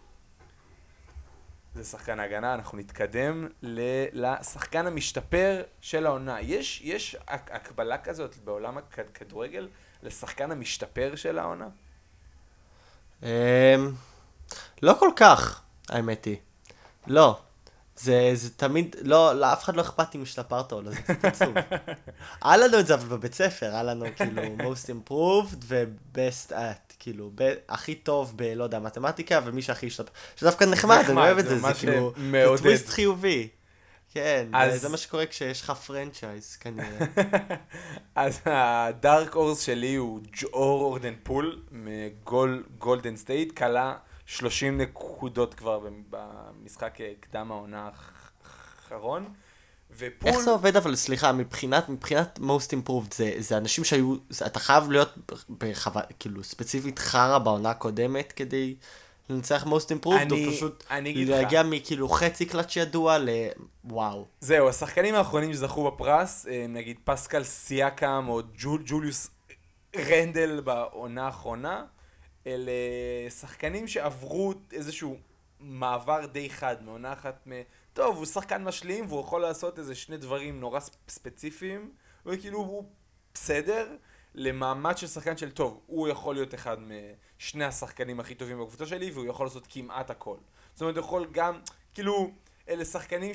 זה שחקן ההגנה, אנחנו נתקדם לשחקן המשתפר של העונה. יש הקבלה כזאת בעולם הכדורגל לשחקן המשתפר של העונה? לא כל כך, האמת היא. לא. זה תמיד, לא, לאף אחד לא אכפת אם השתפרת או לא, זה קצת עצוב. היה לנו את זה אבל בבית ספר, היה לנו כאילו most improved ו-best at, כאילו, הכי טוב לא יודע, מתמטיקה ומי שהכי השתפר. שדווקא נחמד, אני אוהב את זה, זה כאילו, זה טוויסט חיובי. כן, זה מה שקורה כשיש לך פרנצ'ייז, כנראה. אז הדארק אורס שלי הוא ג'ור אורדן פול, מגולדן סטייט, קלה 30 נקודות כבר במשחק קדם העונה האחרון. ופול... איך זה עובד אבל, סליחה, מבחינת most improved, זה אנשים שהיו, אתה חייב להיות כאילו ספציפית חרה בעונה הקודמת כדי לנצח most improved, או פשוט להגיע מכאילו חצי קלט שידוע לוואו. זהו, השחקנים האחרונים שזכו בפרס, נגיד פסקל סייקם או ג'וליוס רנדל בעונה האחרונה, אלה שחקנים שעברו איזשהו מעבר די חד, מעונה אחת טוב, הוא שחקן משלים והוא יכול לעשות איזה שני דברים נורא ספציפיים, וכאילו הוא בסדר למעמד של שחקן של טוב, הוא יכול להיות אחד משני השחקנים הכי טובים בקבוצה שלי, והוא יכול לעשות כמעט הכל. זאת אומרת, הוא יכול גם, כאילו, אלה שחקנים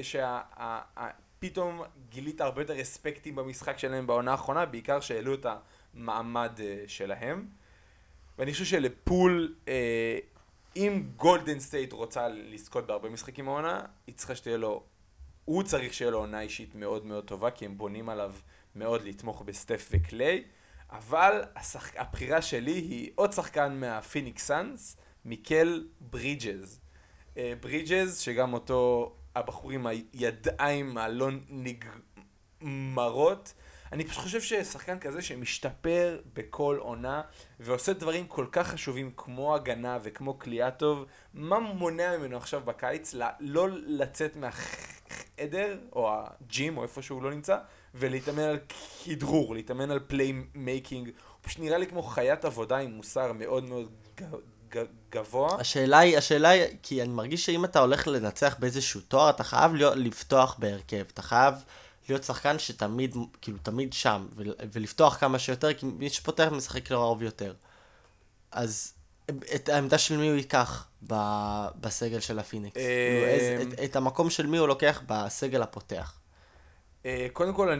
פתאום גילית הרבה יותר רספקטים במשחק שלהם בעונה האחרונה, בעיקר שהעלו את המעמד שלהם. ואני חושב שלפול, אם גולדן סטייט רוצה לזכות בהרבה משחקים העונה, הוא צריך שיהיה לו עונה אישית מאוד מאוד טובה, כי הם בונים עליו מאוד לתמוך בסטף וקליי, אבל הבחירה שלי היא עוד שחקן מהפיניקס סאנס, מיקל ברידג'ז. ברידג'ז, שגם אותו הבחורים הידיים הלא נגמרות, אני פשוט חושב ששחקן כזה שמשתפר בכל עונה ועושה דברים כל כך חשובים כמו הגנה וכמו קליעה טוב, מה מונע ממנו עכשיו בקיץ לא לצאת מהחדר או הג'ים או איפה שהוא לא נמצא ולהתאמן על כדרור, להתאמן על פליימייקינג? הוא פשוט נראה לי כמו חיית עבודה עם מוסר מאוד מאוד גבוה. השאלה היא, כי אני מרגיש שאם אתה הולך לנצח באיזשהו תואר, אתה חייב לפתוח בהרכב, אתה חייב להיות שחקן שתמיד, כאילו תמיד שם, ולפתוח כמה שיותר, כי מי שפותח משחק לרוב יותר. אז את העמדה של מי הוא ייקח בסגל של הפיניקס? את המקום של מי הוא לוקח בסגל הפותח? קודם כל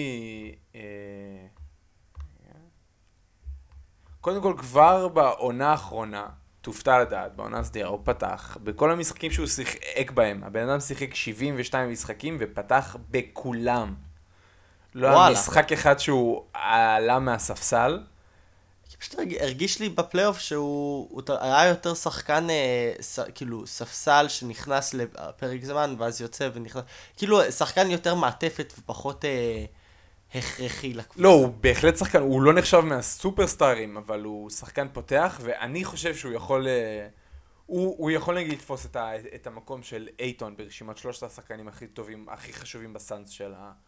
קודם כל כבר בעונה האחרונה, תופתע לדעת, בעונה הסדירה, הוא פתח בכל המשחקים שהוא שיחק בהם. הבן אדם שיחק 72 משחקים ופתח בכולם. לא היה משחק אחד שהוא עלה מהספסל. פשוט הרגיש לי בפלייאוף שהוא היה יותר שחקן, כאילו ספסל שנכנס לפרק זמן ואז יוצא ונכנס. כאילו שחקן יותר מעטפת ופחות הכרחי לקבוצה. לא, הוא בהחלט שחקן, הוא לא נחשב מהסופרסטארים, אבל הוא שחקן פותח, ואני חושב שהוא יכול, הוא יכול נגיד לתפוס את המקום של אייטון ברשימת 3 השחקנים הכי טובים, הכי חשובים בסאנס של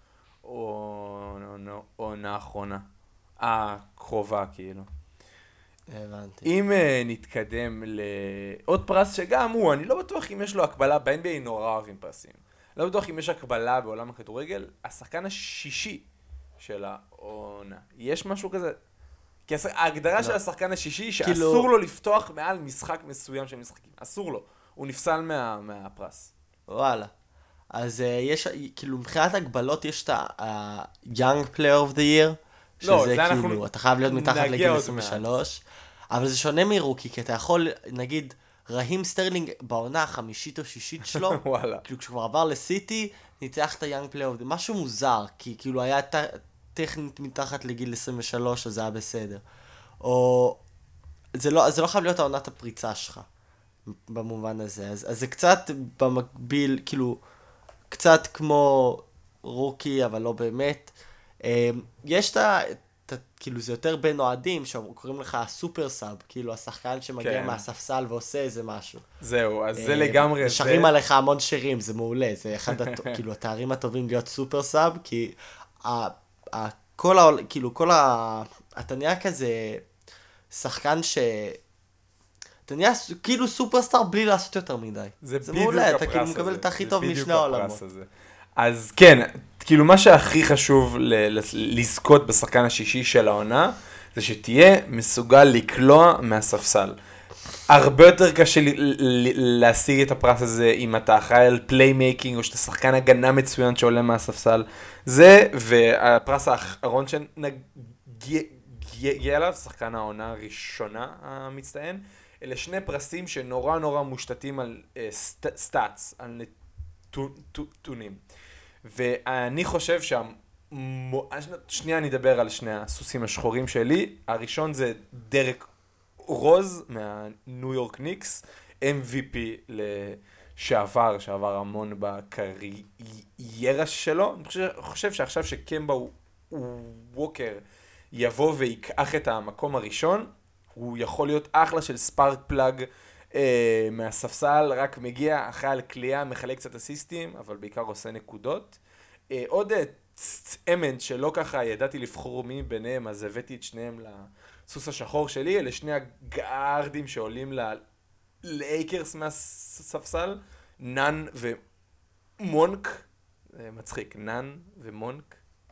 העונה האחרונה. הקרובה כאילו. הבנתי. אם נתקדם לעוד פרס שגם הוא, אני לא בטוח אם יש לו הקבלה, ב-NBA נורא אוהבים פרסים. לא בטוח אם יש הקבלה בעולם הכדורגל, השחקן השישי של העונה. יש משהו כזה? כי ההגדרה של השחקן השישי שאסור לו לפתוח מעל משחק מסוים של משחקים. אסור לו. הוא נפסל מהפרס. וואלה. אז יש, כאילו, מבחינת הגבלות יש את ה-Young Player of the Year, שזה כאילו, אתה חייב להיות מתחת לגיל 23, אבל זה שונה מרוקי, כי אתה יכול, נגיד, רהים סטרלינג בעונה החמישית או שישית שלו, כאילו כשכבר עבר לסיטי, ניצח את ה-Young Player of the Year, משהו מוזר, כי כאילו היה טכנית מתחת לגיל 23, אז זה היה בסדר. או, זה לא חייב להיות העונת הפריצה שלך, במובן הזה. אז זה קצת במקביל, כאילו, קצת כמו רוקי, אבל לא באמת. יש כאילו זה יותר בין אוהדים, שקוראים לך סופר סאב, כאילו השחקן שמגיע מהספסל ועושה איזה משהו. זהו, אז זה לגמרי. שרים עליך המון שירים, זה מעולה, זה אחד כאילו התארים הטובים להיות סופר סאב, כי אתה נהיה כזה שחקן אתה נהיה כאילו סופרסטאר בלי לעשות יותר מדי. זה בדיוק מעולה, אתה הפרס כאילו הזה. מקבל את הכי זה טוב בדיוק משני הפרס העולמות. הזה. אז כן, כאילו מה שהכי חשוב לזכות בשחקן השישי של העונה, זה שתהיה מסוגל לקלוע מהספסל. הרבה יותר קשה להשיג את הפרס הזה אם אתה אחראי על פליימייקינג או שאתה שחקן הגנה מצוין שעולה מהספסל. זה והפרס האחרון שנגיע אליו, שחקן העונה הראשונה המצטיין, אלה שני פרסים שנורא נורא מושתתים על סטאטס, על נתונים. ואני חושב שנייה אני אדבר על שני הסוסים השחורים שלי. הראשון זה דרק רוז מהניו יורק ניקס, MVP שעבר המון בקריירה שלו. אני חושב שעכשיו שקמבה ווקר יבוא ויקח את המקום הראשון, הוא יכול להיות אחלה של ספארק פלאג מהספסל, רק מגיע אחרי על קליעה, מחלק קצת אסיסטים, אבל בעיקר עושה נקודות. עוד צמנט שלא ככה ידעתי לבחור מי ביניהם, אז הבאתי את שניהם לסוס השחור שלי. אלה שני הגארדים שעולים לאייקרס מהספסל, נאן ומונק. מצחיק, נאן ומונק.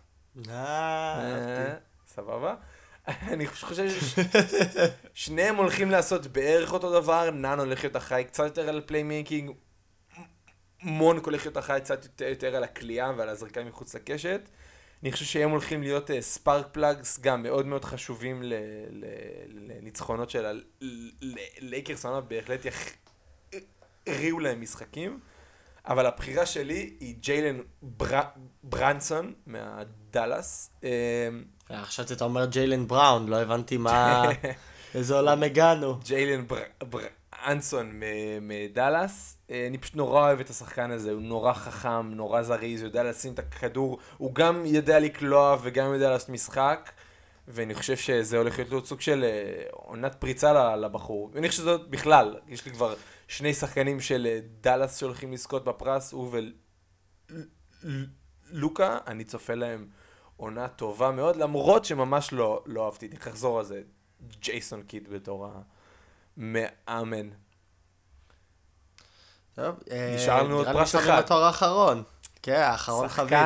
סבבה. אני חושב ששניהם הולכים לעשות בערך אותו דבר. נאן הולך להיות אחראי קצת יותר על פליימייקינג, מונק הולך להיות אחראי קצת יותר על הקליעה ועל הזריקה מחוץ לקשת. אני חושב שהם הולכים להיות ספארק פלאגס גם מאוד מאוד חשובים לניצחונות של הלייקרס, בהחלט יכריעו להם משחקים. אבל הבחירה שלי היא ג'יילן ברנסון מהדלס. עכשיו אתה אומר ג'יילן בראון, לא הבנתי מה, איזה עולם הגענו. ג'יילן ברנסון מדלס. אני פשוט נורא אוהב את השחקן הזה, הוא נורא חכם, נורא זריז, הוא יודע לשים את הכדור, הוא גם יודע לקלוע וגם יודע לעשות משחק, ואני חושב שזה הולך להיות סוג של עונת פריצה לבחור. ואני חושב שזאת בכלל, יש לי כבר שני שחקנים של דלס שהולכים לזכות בפרס, הוא ולוקה, אני צופה להם עונה טובה מאוד, למרות שממש לא אהבתי, אני אחזור על זה, ג'ייסון קיד בתור המאמן. טוב, נשארנו עוד פרס אחד. נראה לי בתואר האחרון. כן, האחרון חביב.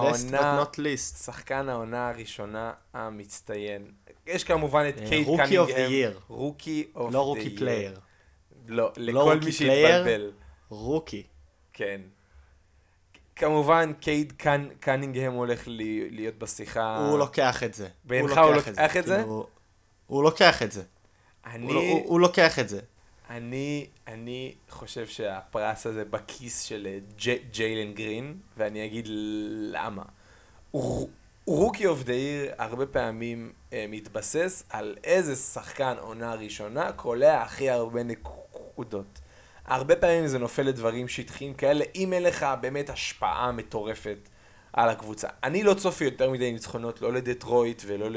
שחקן העונה הראשונה המצטיין. יש כמובן את קייט רוקי קנינגהם. אוף דה ייר. רוקי אוף דה ייר. לא רוקי פלייר. לא, לכל מי שהתבלבל. רוקי. כן. כמובן קייט קנינגהם הולך להיות בשיחה. הוא לוקח את זה. בעינך הוא לוקח את זה? הוא לוקח את זה. הוא לוקח את זה. אני חושב שהפרס הזה בכיס של ג'יילן גרין, ואני אגיד למה. רוקי אוף דה ייר הרבה פעמים מתבסס על איזה שחקן עונה ראשונה קולע הכי הרבה נקודות. הרבה פעמים זה נופל לדברים שטחיים כאלה, אם אין לך באמת השפעה מטורפת על הקבוצה. אני לא צופי יותר מדי ניצחונות, לא לדטרויט ולא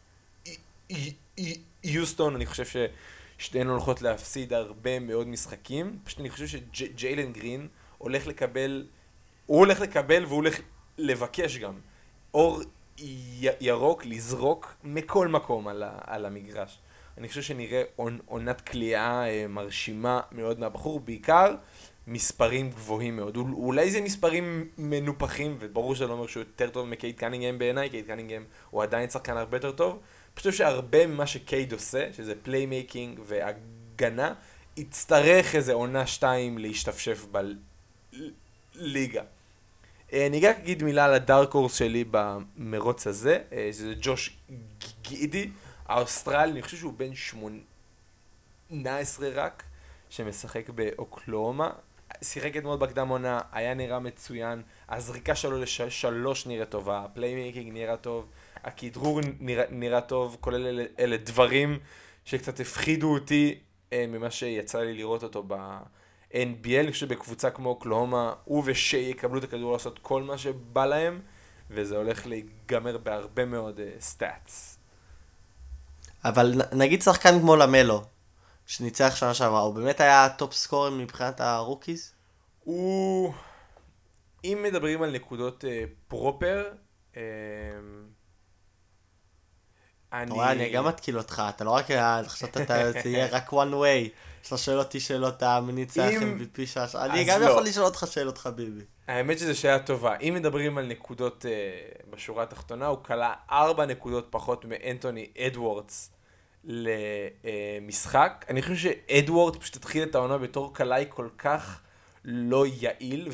ליוסטון, אני חושב ששתיהן הולכות להפסיד הרבה מאוד משחקים. פשוט אני חושב שג'יילן גרין הולך לקבל, הוא הולך לקבל והוא הולך לבקש גם אור ירוק, לזרוק מכל מקום על המגרש. אני חושב שנראה עונת קליעה מרשימה מאוד מהבחור, בעיקר מספרים גבוהים מאוד. אולי זה מספרים מנופחים, וברור שאני לא אומר שהוא יותר טוב מקייט קנינגהם בעיניי, קייט קנינגהם הוא עדיין שחקן הרבה יותר טוב. אני חושב שהרבה ממה שקייט עושה, שזה פליימייקינג והגנה, יצטרך איזה עונה 2 להשתפשף בליגה. אני רק אגיד מילה על הדארק הורס שלי במרוץ הזה, שזה ג'וש גידי, האוסטרל, אני חושב שהוא בן 18 רק, שמשחק באוקלאומה. שיחק אתמול בקדם עונה, היה נראה מצוין, הזריקה שלו לשלוש נראה טובה, הפליימייקינג נראה טוב, הכדרור נראה טוב, כולל אלה דברים שקצת הפחידו אותי ממה שיצא לי לראות אותו ב-NBA. אני חושב שבקבוצה כמו אוקלאומה, הוא ושי יקבלו את הכדור לעשות כל מה שבא להם, וזה הולך להיגמר בהרבה מאוד סטאטס. אבל נגיד שחקן כמו למלו, שניצח שנה שעברה, הוא באמת היה טופ סקורר מבחינת הרוקיז? אם מדברים על נקודות פרופר, אתה רואה, אני גם מתקיל אותך, אתה לא רק, חשבת זה יהיה רק one way, שאתה שואל אותי שאלות המניצח MVP שעה, אני גם יכול לשאול אותך שאלות חביבי. האמת שזו שאלה טובה. אם מדברים על נקודות בשורה התחתונה, הוא קלה 4 נקודות פחות מאנטוני אדוורדס למשחק. אני חושב שאדוורדס פשוט התחיל את העונה בתור קלעי כל כך לא יעיל,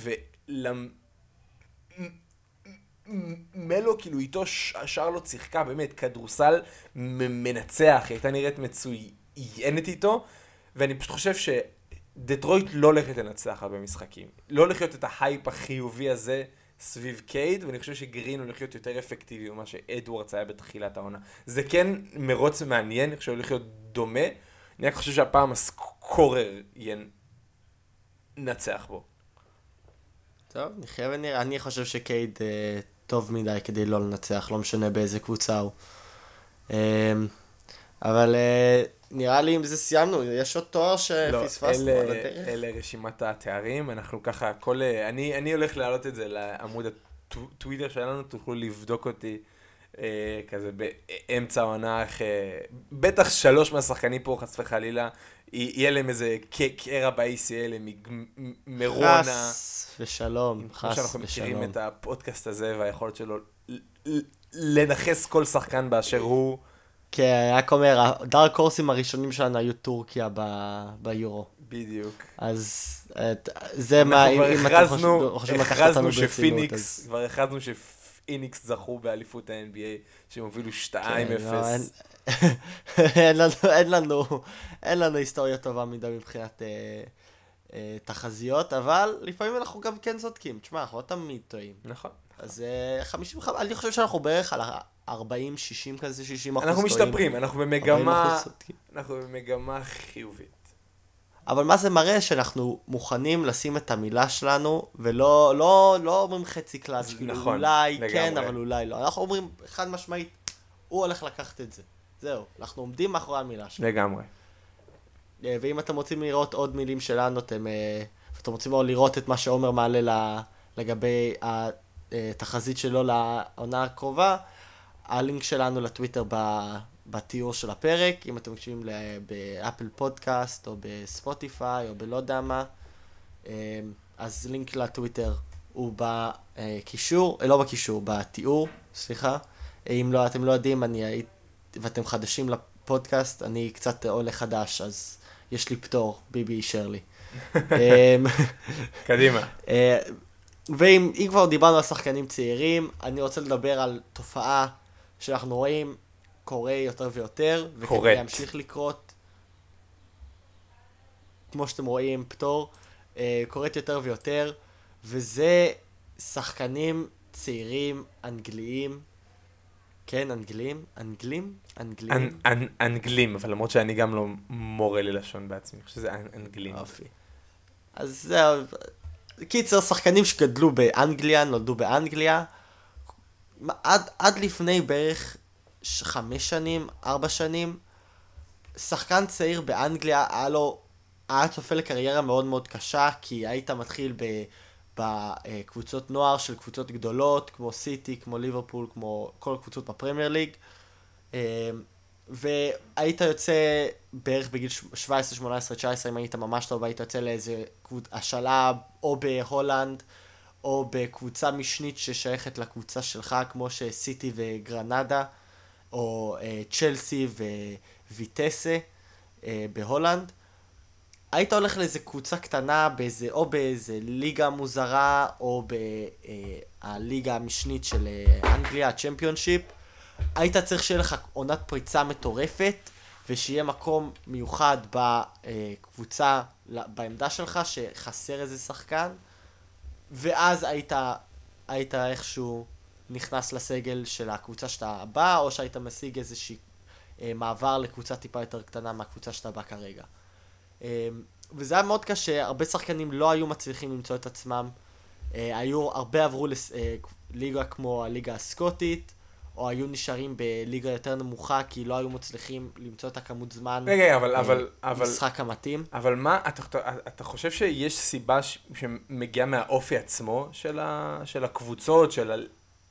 מלו, כאילו איתו שרלוט שיחקה באמת כדורסל מנצח, היא הייתה נראית מצוינת איתו, ואני פשוט חושב שדטרויט לא הולכת לנצח הרבה משחקים, לא הולך להיות את ההייפ החיובי הזה סביב קייד, ואני חושב שגרין הולך להיות יותר אפקטיבי ממה שאדוורדס היה בתחילת העונה. זה כן מרוץ מעניין, אני חושב הולך להיות דומה, אני רק חושב שהפעם הסקורר ינצח בו. טוב, נחיה ונראה. אני חושב שקייד טוב מדי כדי לא לנצח, לא משנה באיזה קבוצה הוא. אבל נראה לי אם זה סיימנו, יש עוד תואר שפספסנו על הדרך. אלה רשימת התארים, אנחנו ככה, אני הולך להעלות את זה לעמוד הטוויטר שלנו, תוכלו לבדוק אותי כזה באמצע העונה, בטח 3 מהשחקנים פה חס וחלילה, יהיה להם איזה קרע ב-ACL, מרונה. חס ושלום, חס ושלום. שאנחנו מכירים את הפודקאסט הזה והיכולת שלו לנחס כל שחקן באשר הוא. כן, רק אומר, הדארק הורסים הראשונים שלנו היו טורקיה ביורו. בדיוק. אז זה מה, אם אתם חושבים לקחת אותנו ברצינות, אז... כבר הכרזנו שפיניקס זכו באליפות ה-NBA, שהם הובילו 2-0. אין לנו היסטוריה טובה מדי מבחינת תחזיות, אבל לפעמים אנחנו גם כן צודקים. תשמע, אנחנו לא תמיד טועים. נכון. אז 55, אני חושב שאנחנו בערך על 40-60 כזה, 60% אנחנו משתפרים, אנחנו במגמה חיובית. אבל מה זה מראה? שאנחנו מוכנים לשים את המילה שלנו, ולא אומרים חצי קלאץ', כאילו אולי כן, אבל אולי לא. אנחנו אומרים חד משמעית, הוא הולך לקחת את זה. זהו, אנחנו עומדים מאחורי המילה שלנו. לגמרי. ואם אתם רוצים לראות עוד מילים שלנו, ואתם רוצים לראות את מה שעומר מעלה לגבי התחזית שלו לעונה הקרובה, הלינק שלנו לטוויטר בתיאור של הפרק, אם אתם מקשיבים באפל פודקאסט או בספוטיפיי או בלא יודע מה, אז לינק לטוויטר הוא בקישור, לא בקישור, בתיאור, סליחה. אם לא, אתם לא יודעים, ואתם חדשים לפודקאסט, אני קצת עולה חדש, אז יש לי פטור, ביבי אישר לי. קדימה. ואם כבר דיברנו על שחקנים צעירים, אני רוצה לדבר על תופעה שאנחנו רואים קורה יותר ויותר, וכדי להמשיך לקרות, כמו שאתם רואים, פטור, קורית יותר ויותר, וזה שחקנים צעירים אנגליים, כן, אנגלים, אבל למרות שאני גם לא מורה ללשון בעצמי, אני חושב שזה אנגלים. אז זהו, קיצר, שחקנים שגדלו באנגליה, נולדו באנגליה, עד לפני בערך 5 שנים, 4 שנים, שחקן צעיר באנגליה היה צופה לקריירה מאוד מאוד קשה, כי היית מתחיל בקבוצות נוער של קבוצות גדולות, כמו סיטי, כמו ליברפול, כמו כל הקבוצות בפרמייר ליג, והיית יוצא בערך בגיל 17, 18, 19, אם היית ממש טוב, היית יוצא לאיזה השאלה או בהולנד, או בקבוצה משנית ששייכת לקבוצה שלך, כמו שסיטי וגרנדה, או צ'לסי וויטסה בהולנד. היית הולך לאיזה קבוצה קטנה, או באיזה ליגה מוזרה, או בליגה המשנית של אנגליה, הצ'מפיונשיפ. היית צריך שיהיה לך עונת פריצה מטורפת, ושיהיה מקום מיוחד בקבוצה, בעמדה שלך, שחסר איזה שחקן, ואז היית איכשהו נכנס לסגל של הקבוצה שאתה בא, או שהיית משיג איזושהי מעבר לקבוצה טיפה יותר קטנה מהקבוצה שאתה בא כרגע. וזה היה מאוד קשה, הרבה שחקנים לא היו מצליחים למצוא את עצמם, הרבה עברו לליגה כמו הליגה הסקוטית, או היו נשארים בליגה יותר נמוכה, כי לא היו מצליחים למצוא את הכמות זמן משחק המתאים. אבל מה, אתה חושב שיש סיבה שמגיעה מהאופי עצמו של הקבוצות,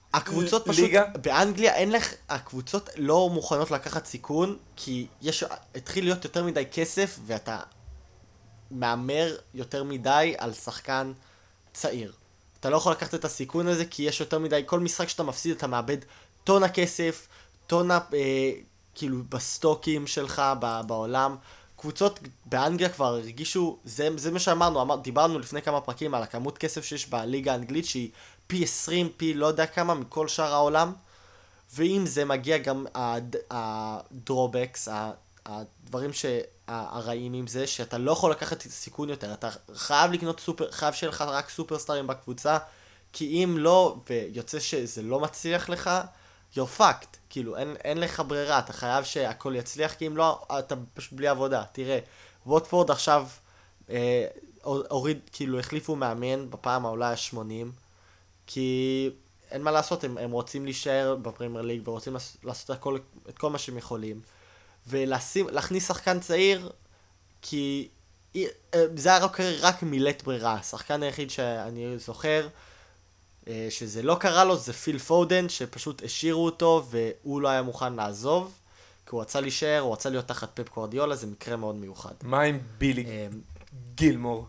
הקבוצות פשוט, ליגה? באנגליה אין לך, הקבוצות לא מוכנות לקחת סיכון, כי התחיל להיות יותר מדי כסף, ואתה מאמר יותר מדי על שחקן צעיר. אתה לא יכול לקחת את הסיכון הזה, כי יש יותר מדי, כל משחק שאתה מפסיד אתה מאבד טונה כסף, טונה כאילו בסטוקים שלך בעולם. קבוצות באנגליה כבר הרגישו, זה מה שאמרנו, דיברנו לפני כמה פרקים על הכמות כסף שיש בליגה האנגלית, שהיא פי 20, פי לא יודע כמה מכל שאר העולם, ואם זה מגיע גם הדרובקס, הדברים הרעים עם זה, שאתה לא יכול לקחת סיכון יותר, אתה חייב לקנות חייב שיהיה לך רק סופרסטארים בקבוצה, כי אם לא, ויוצא שזה לא מצליח לך, you're fucked, כאילו אין לך ברירה, אתה חייב שהכל יצליח, כי אם לא, אתה פשוט בלי עבודה. תראה, ווטפורד עכשיו הוריד, כאילו החליפו מאמן בפעם אולי ה-80, כי אין מה לעשות, הם רוצים להישאר בפרמייר ליג, ורוצים לעשות את כל מה שהם יכולים. ולהכניס שחקן צעיר, כי זה היה רק מילת ברירה. השחקן היחיד שאני זוכר, שזה לא קרה לו, זה פיל פודן, שפשוט השאירו אותו, והוא לא היה מוכן לעזוב, כי הוא רצה להישאר, הוא רצה להיות תחת פפ גוארדיולה, זה מקרה מאוד מיוחד. מה עם בילי גילמור?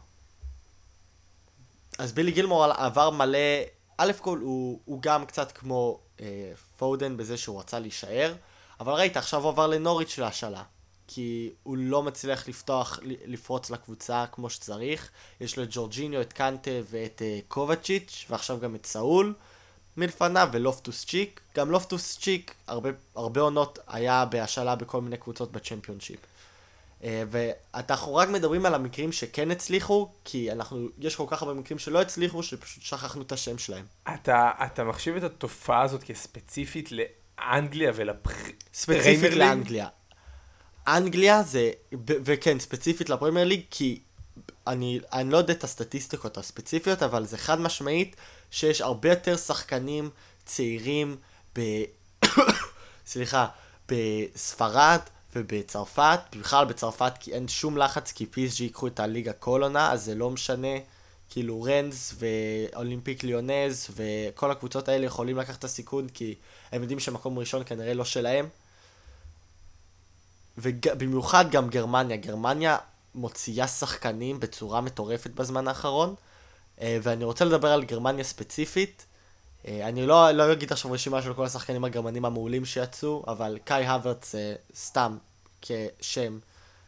אז בילי גילמור עבר מלא, א' כל הוא גם קצת כמו פודן בזה שהוא רצה להישאר, אבל ראית, עכשיו הוא עבר לנוריץ' להשאלה, כי הוא לא מצליח לפרוץ לקבוצה כמו שצריך. יש לו את ג'ורג'יניו, את קנטה ואת קובצ'יץ', ועכשיו גם את סאול מלפניו ולופטוס צ'יק. גם לופטוס צ'יק הרבה עונות היה בהשאלה בכל מיני קבוצות בצ'מפיונשיפ. ואנחנו רק מדברים על המקרים שכן הצליחו, כי יש כל כך הרבה מקרים שלא הצליחו, שפשוט שכחנו את השם שלהם. אתה מחשיב את התופעה הזאת כספציפית לאנגליה ספציפית לאנגליה. אנגליה זה, וכן, ספציפית לפרמייר ליג, כי אני לא יודע את הסטטיסטיקות הספציפיות, אבל זה חד משמעית שיש הרבה יותר שחקנים צעירים בספרד ובצרפת, בכלל בצרפת, כי אין שום לחץ, כי PSG ייקחו את הליגה כל עונה, אז זה לא משנה, כאילו רנז ואולימפיק ליונז וכל הקבוצות האלה יכולים לקחת את הסיכון, כי הם יודעים שמקום ראשון כנראה לא שלהם. ובמיוחד גם גרמניה מוציאה שחקנים בצורה מטורפת בזמן האחרון, ואני רוצה לדבר על גרמניה ספציפית. אני לא אגיד עכשיו רשימה של כל השחקנים הגרמנים המעולים שיצאו, אבל קאי הוורץ סתם כשם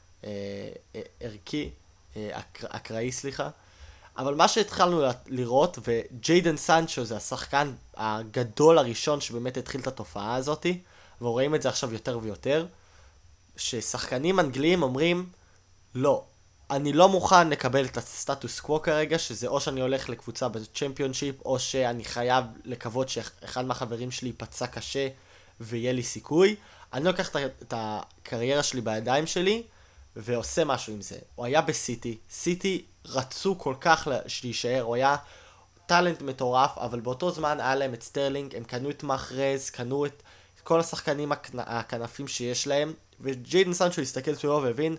ערכי, אקראי סליחה. אבל מה שהתחלנו לראות, וג'יידן סנצ'ו זה השחקן הגדול הראשון שבאמת התחיל את התופעה הזאת, ורואים את זה עכשיו יותר ויותר, ששחקנים אנגליים אומרים, לא, אני לא מוכן לקבל את הסטטוס קוו כרגע, שזה או שאני הולך לקבוצה בצ'מפיונשיפ, או שאני חייב לקוות שאחד מהחברים שלי ייפצע קשה ויהיה לי סיכוי. אני לוקח את הקריירה שלי בידיים שלי, ועושה משהו עם זה. הוא היה בסיטי, סיטי רצו כל כך להישאר, הוא היה טלנט מטורף, אבל באותו זמן היה להם את סטרלינג, הם קנו את מחרז, קנו את כל השחקנים הכנפים שיש להם, וג'יידן סנצ'ו הסתכל סביבו והבין,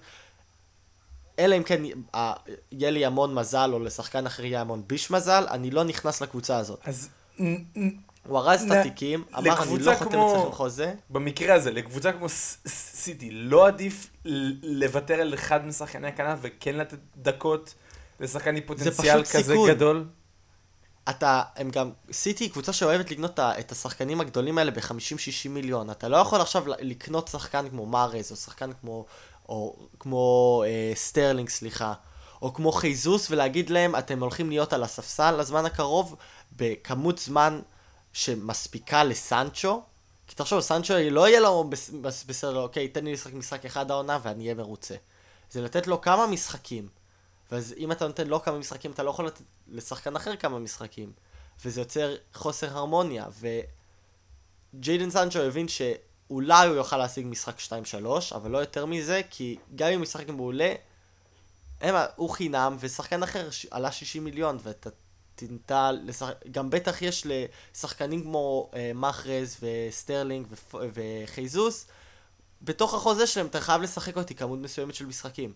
אלא אם כן יהיה לי המון מזל, או לשחקן אחר יהיה המון ביש מזל, אני לא נכנס לקבוצה הזאת. אז הוא הרז את התיקים, אמר אני לא חותם אצלכם חוזה. במקרה הזה, לקבוצה כמו סיטי, לא עדיף לוותר על אחד משחקני הכנף, וכן לתת דקות לשחקן עם פוטנציאל כזה גדול? הם גם, סיטי היא קבוצה שאוהבת לקנות את השחקנים הגדולים האלה ב-50-60 מיליון. אתה לא יכול עכשיו לקנות שחקן כמו מארז, או שחקן כמו סטרלינג, סליחה, או כמו חייזוס, ולהגיד להם, אתם הולכים להיות על הספסל לזמן הקרוב, בכמות זמן שמספיקה לסנצ'ו, כי תחשוב, סנצ'ו לא יהיה לו בסדר, אוקיי, תן לי לשחק משחק אחד העונה, ואני אהיה מרוצה. זה לתת לו כמה משחקים, ואז אם אתה נותן לו כמה משחקים, אתה לא יכול לתת לשחקן אחר כמה משחקים, וזה יוצר חוסר הרמוניה, וג'יידן סנצ'ו הבין שאולי הוא יוכל להשיג משחק 2-3, אבל לא יותר מזה, כי גם אם משחק מעולה, הוא חינם, ושחקן אחר עלה 60 מיליון, ואתה תנתה גם בטח יש לשחקנים כמו מחרז וסטרלינג וחייזוס, בתוך החוזה שלהם אתה חייב לשחק אותי כמות מסוימת של משחקים.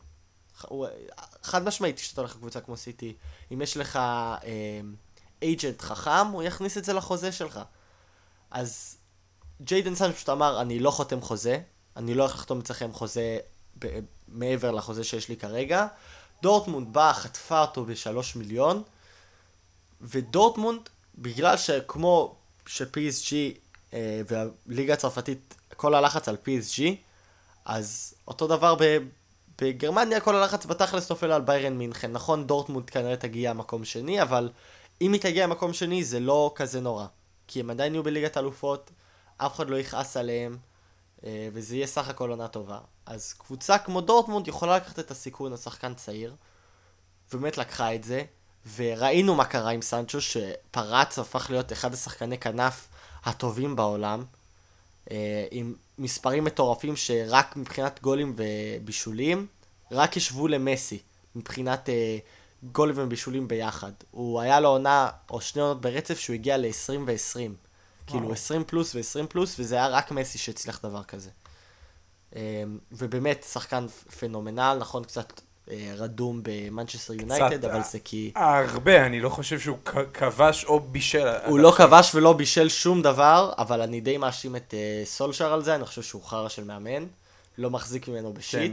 חד משמעית כשאתה הולך לקבוצה כמו סיטי, אם יש לך אייג'נט חכם, הוא יכניס את זה לחוזה שלך. אז ג'יידן סנצ'ו פשוט אמר, אני לא חותם חוזה, אני לא הולך לחתום אצלכם חוזה מעבר לחוזה שיש לי כרגע. דורטמונד באה, חטפה אותו ב3 מיליון, ודורטמונד, בגלל שכמו ש-PSG והליגה הצרפתית, כל הלחץ על PSG, אז אותו דבר בגרמניה, כל הלחץ בתכלס נופל על ביירן מינכן. נכון, דורטמונד כנראה תגיע מקום שני, אבל אם היא תגיע מקום שני זה לא כזה נורא. כי הם עדיין יהיו בליגת אלופות, אף אחד לא יכעס עליהם, וזה יהיה סך הכל עונה טובה. אז קבוצה כמו דורטמונד יכולה לקחת את הסיכון על שחקן צעיר, ובאמת לקחה את זה, וראינו מה קרה עם סנצ'ו, שפרץ הפך להיות אחד השחקני כנף הטובים בעולם, עם מספרים מטורפים שרק מבחינת גולים ובישולים, רק ישבו למסי, מבחינת גולים ובישולים ביחד. הוא היה לו עונה או 2 עונות ברצף שהוא הגיע ל-20 ו-20. כאילו 20 פלוס ו-20 פלוס, וזה היה רק מסי שהצליח דבר כזה. ובאמת שחקן פנומנל, נכון, קצת רדום במנצ'סטר יונייטד, אבל זה כי... הרבה, אני לא חושב שהוא כבש או בישל. הוא לא כבש ולא בישל שום דבר, אבל אני די מאשים את סולשר על זה, אני חושב שהוא חרא של מאמן, לא מחזיק ממנו בשיט.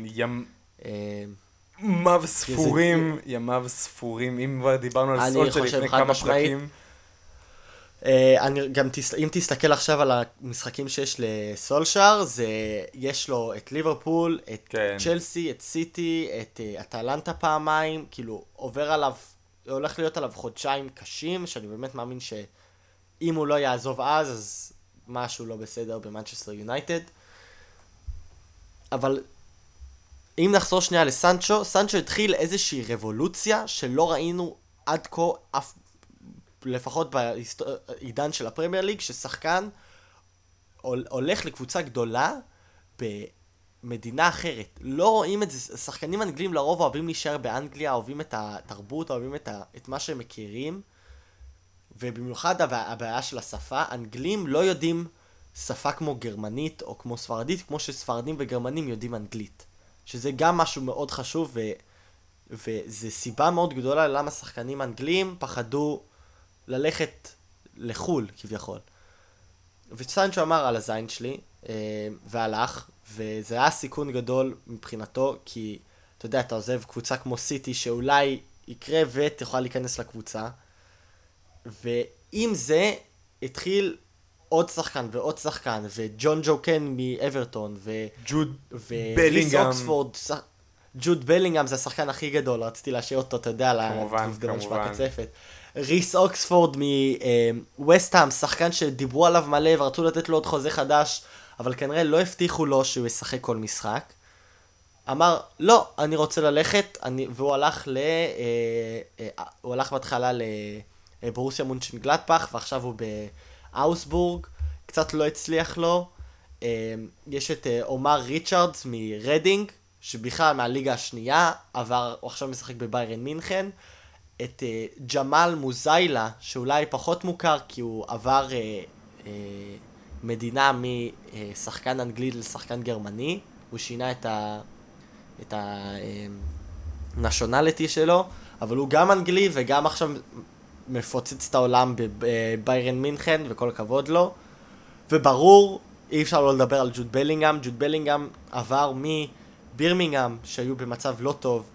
ימיו ספורים, אם כבר דיברנו על סולשר לפני כמה פרקים. אם תסתכל עכשיו על המשחקים שיש לסולשר, יש לו את ליברפול, את צ'לסי, את סיטי, את אטלנטה פעמיים, כאילו הולך להיות עליו חודשיים קשים, שאני באמת מאמין שאם הוא לא יעזוב אז משהו לא בסדר במנצ'סטר יונייטד. אבל אם נחזור שנייה לסנצ'ו, סנצ'ו התחיל איזושהי רבולוציה שלא ראינו עד כה לפחות בעידן של הפרמייר ליג, ששחקן הולך לקבוצה גדולה במדינה אחרת. לא רואים את זה, שחקנים אנגלים לרוב אוהבים להישאר באנגליה, אוהבים את התרבות, אוהבים את מה שהם מכירים, ובמיוחד הבעיה של השפה, אנגלים לא יודעים שפה כמו גרמנית או כמו ספרדית, כמו שספרדים וגרמנים יודעים אנגלית. שזה גם משהו מאוד חשוב, וזה סיבה מאוד גדולה למה שחקנים אנגלים פחדו ללכת לחול כביכול. וסנצ'ו אמר על הזין שלי, והלך, וזה היה סיכון גדול מבחינתו, כי אתה יודע, אתה עוזב קבוצה כמו סיטי שאולי יקרה ותוכל להיכנס לקבוצה, ועם זה התחיל עוד שחקן ועוד שחקן, וג'ון ג'ו קן מאברטון, ג'וד בלינגהאם. ג'וד בלינגהאם זה השחקן הכי גדול, רציתי להשאיר אותו, אתה יודע, כמובן. בקצפת. ריס אוקספורד מווסטהאם, שחקן שדיברו עליו מלא ורצו לתת לו עוד חוזה חדש, אבל כנראה לא הבטיחו לו שהוא ישחק כל משחק. אמר, לא, אני רוצה ללכת, והוא הלך בהתחלה לברוסיה מונצ'נגלדבך, ועכשיו הוא באוסבורג, קצת לא הצליח לו. יש את עומר ריצ'רדס מרדינג, שבכלל מהליגה השנייה, הוא עכשיו משחק בביירן מינכן. את ג'מאל מוזיילה, שאולי פחות מוכר, כי הוא עבר מדינה משחקן אנגלי לשחקן גרמני, הוא שינה את הנשיונליטי שלו, אבל הוא גם אנגלי וגם עכשיו מפוצץ את העולם בביירן מינכן, וכל הכבוד לו. וברור, אי אפשר לא לדבר על ג'וד בלינגהאם. ג'וד בלינגהאם עבר מבירמינגהאם, שהיו במצב לא טוב,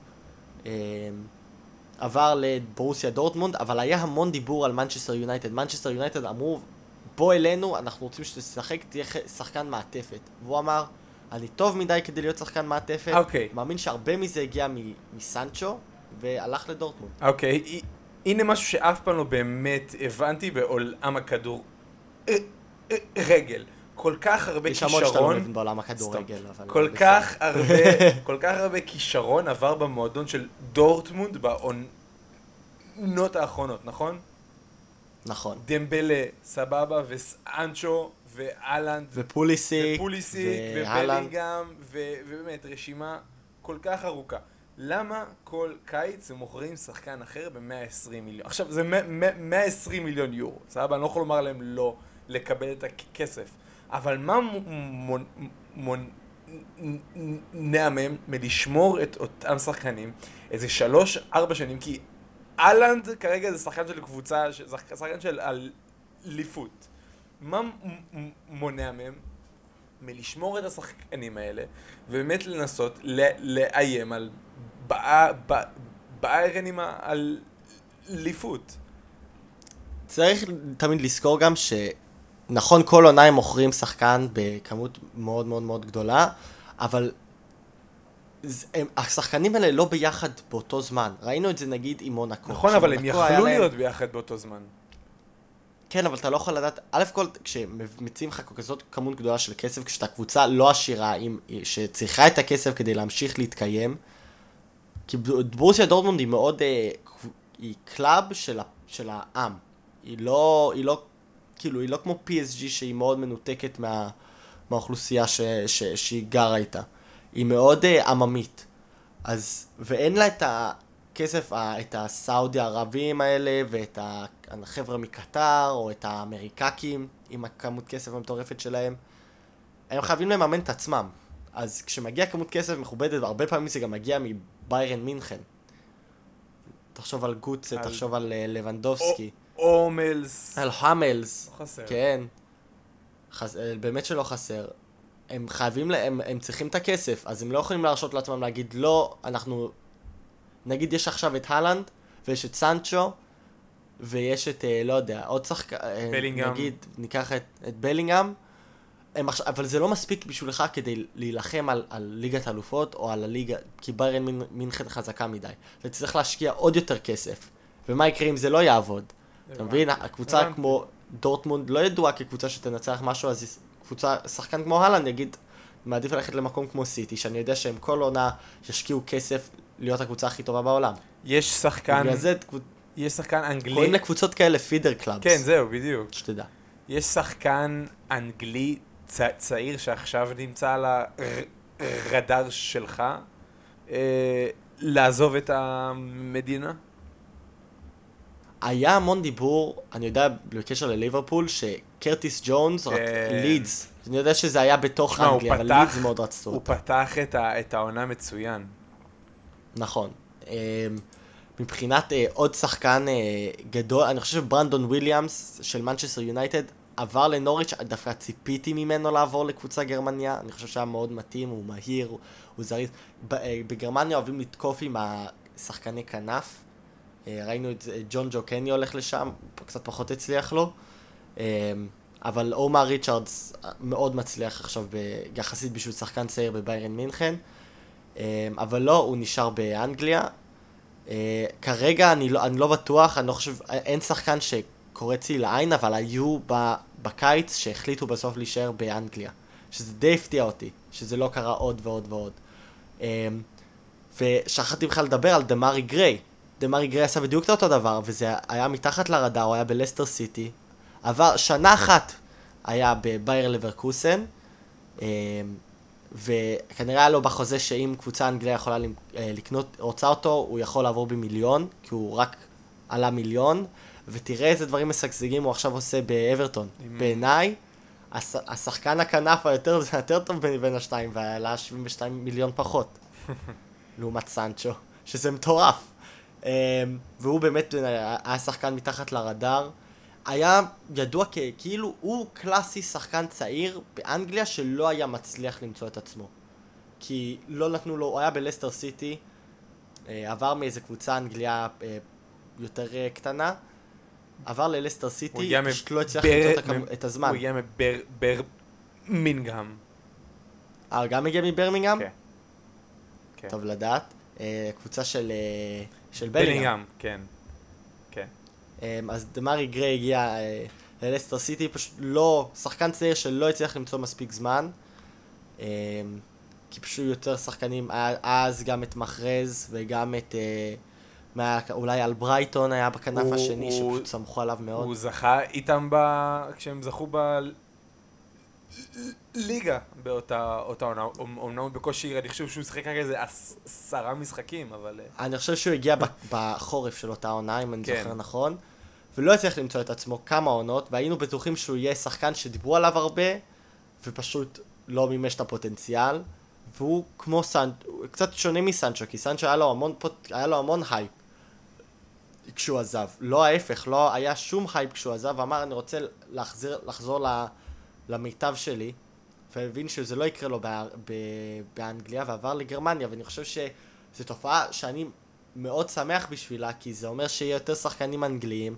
עבר לברוסיה דורטמונד, אבל היה המון דיבור על מנצ'סטר יונייטד. מנצ'סטר יונייטד אמרו, בוא אלינו, אנחנו רוצים שתשחק, תהיה שחקן מעטפת. והוא אמר, אני טוב מדי כדי להיות שחקן מעטפת. מאמין שהרבה מזה הגיע מסנצ'ו, והלך לדורטמונד. אוקיי, הנה משהו שאף פעם לא באמת הבנתי בעולם הכדור רגל. כל כך הרבה כישרון, יש המון שאתה לא מבין בעולם הכדורגל, אבל כל כך הרבה כישרון עבר במועדון של דורטמונד בעונות האחרונות, נכון? נכון. דמבלה, סבבה, וסאנצ'ו, ואלנד, ופוליסיק, ובלינגהאם, ובאמת רשימה כל כך ארוכה. למה כל קיץ הם מוכרים שחקן אחר ב-120 מיליון? עכשיו, זה 120 מיליון יורו, סבבה? אני לא יכול לומר להם לא לקבל את הכסף. אבל מה מונע מהם מלשמור את אותם שחקנים איזה 3-4 שנים? כי אלנד כרגע זה שחקן של קבוצה, שחקן של אליפות. מה מונע מהם מלשמור את השחקנים האלה, ובאמת לנסות לאיים על ביירן עם האליפות? צריך תמיד לזכור גם שנכון כל עונה הם מוכרים שחקן בכמות מאוד מאוד מאוד גדולה, אבל השחקנים האלה לא ביחד באותו זמן. ראינו את זה נגיד עם מונאקו. נכון, אבל הם יכלו להיות ביחד באותו זמן. כן, אבל אתה לא יכול לדעת, א' כל, כשמציעים לך כזאת כמות גדולה של כסף, כשאתה קבוצה לא עשירה, שצריכה את הכסף כדי להמשיך להתקיים, כי בורוסיה דורטמונד היא מאוד, היא קלאב של העם. היא לא כמו PSG שהיא מאוד מנותקת מהאוכלוסייה שהיא גרה איתה. היא מאוד עממית. ואין לה את הכסף, את הסעודי הערבים האלה, ואת החבר'ה מקטר, או את האמריקקים, עם הכמות כסף המטורפת שלהם. הם חייבים לממן את עצמם. אז כשמגיע כמות כסף מכובדת, הרבה פעמים זה גם מגיע מביירן מינכן. תחשוב על גוטסה, תחשוב על לבנדובסקי. אומלס. על המלס. לא חסר. כן. באמת שלא חסר. הם חייבים, הם צריכים את הכסף, אז הם לא יכולים להרשות לעצמם להגיד, לא, אנחנו, נגיד יש עכשיו את הלנד, ויש את סנצ'ו, ויש את, לא יודע, עוד שחקן, נגיד, ניקח את בלינגהם, אבל זה לא מספיק בשבילך כדי להילחם על ליגת האלופות, או על הליגה, כי ביירן מינכן חזקה מדי. אתה צריך להשקיע עוד יותר כסף, ומה יקרה אם זה לא יעבוד? אתה מבין? הקבוצה כמו דורטמונד לא ידועה כקבוצה שתנצח משהו, אז שחקן כמו הלנד יגיד, מעדיף ללכת למקום כמו סיטי, שאני יודע שהם כל עונה ישקיעו כסף להיות הקבוצה הכי טובה בעולם. יש שחקן אנגלי. קוראים לקבוצות כאלה פידר קלאבס. כן, זהו, בדיוק. שתדע. יש שחקן אנגלי צעיר שעכשיו נמצא על הרדאר שלך, לעזוב את המדינה? היה המון דיבור, אני יודע בקשר לליברפול, שקרטיס ג'ונס, לידס, אני יודע שזה היה בתוך אנגליה, אבל לידס מאוד רצו אותה. הוא פתח את העונה מצוין. נכון. מבחינת עוד שחקן גדול, אני חושב שברנדון וויליאמס של מנצ'סטר יונייטד עבר לנוריץ', דווקא ציפיתי ממנו לעבור לקבוצה גרמניה, אני חושב שהיה מאוד מתאים, הוא מהיר, הוא זריז. בגרמניה אוהבים לתקוף עם השחקני כנף, ראינו את ג'ון ג'ו קני הולך לשם, קצת פחות הצליח לו, אבל אומר ריצ'רדס מאוד מצליח עכשיו יחסית בשביל שחקן צעיר בביירן מינכן, אבל לא, הוא נשאר באנגליה. כרגע אני לא בטוח, אני לא חושב, אין שחקן שקורץ לי לעין, אבל היו בקיץ שהחליטו בסוף להישאר באנגליה, שזה די הפתיע אותי, שזה לא קרה עוד ועוד ועוד. ושכחתי בכלל לדבר על דמרי גריי. דמרי גריי עשה בדיוק את אותו דבר, וזה היה מתחת לרדאר, הוא היה בלסטר סיטי, עבר שנה אחת היה בבייר לברקוסן, וכנראה היה לו בחוזה שאם קבוצה אנגליה יכולה לקנות, רוצה אותו, הוא יכול לעבור במיליון, כי הוא רק עלה מיליון, ותראה איזה דברים משגשגים הוא עכשיו עושה באברטון. בעיניי, השחקן הכנף היותר טוב בין השתיים, ועלה 72 מיליון פחות, לעומת סנצ'ו, שזה מטורף. והוא באמת היה שחקן מתחת לרדאר, היה ידוע כאילו הוא קלאסי שחקן צעיר באנגליה שלא היה מצליח למצוא את עצמו, כי לא נתנו לו, הוא היה בלסטר סיטי, עבר מאיזה קבוצה אנגליה יותר קטנה, עבר ללסטר סיטי, פשוט לא הצליח למצוא את הזמן. הוא הגיע מברמינגהם. גם הגיע מברמינגהם? כן. טוב לדעת. קבוצה של בלינגהם. כן. אז דמרי גריי הגיע ללסטר סיטי, פשוט לא, שחקן צעיר שלא הצליח למצוא מספיק זמן, כי פשוט יותר שחקנים, אז גם את מחרז וגם את, אולי על ברייטון היה בכנף השני, שפשוט סמכו עליו מאוד. הוא זכה איתם כשהם זכו בליגה באותה עונה, אומנם בקושי, אני חושב שהוא שחק רק איזה 10 משחקים, אבל... אני חושב שהוא הגיע בחורף של אותה עונה, אם אני זוכר נכון, ולא הצליח למצוא את עצמו כמה עונות, והיינו בטוחים שהוא יהיה שחקן שדיברו עליו הרבה, ופשוט לא מימש את הפוטנציאל, והוא כמו קצת שונה מסנצ'ו, כי סנצ'ו היה לו המון הייפ. כשהוא עזב. לא ההפך, לא היה שום הייפ כשהוא עזב, ואמר אני רוצה לחזור למיטב שלי, והבין שזה לא יקרה לו באנגליה, ועבר לגרמניה, ואני חושב שזו תופעה שאני מאוד שמח בשבילה, כי זה אומר שיהיה יותר שחקנים אנגליים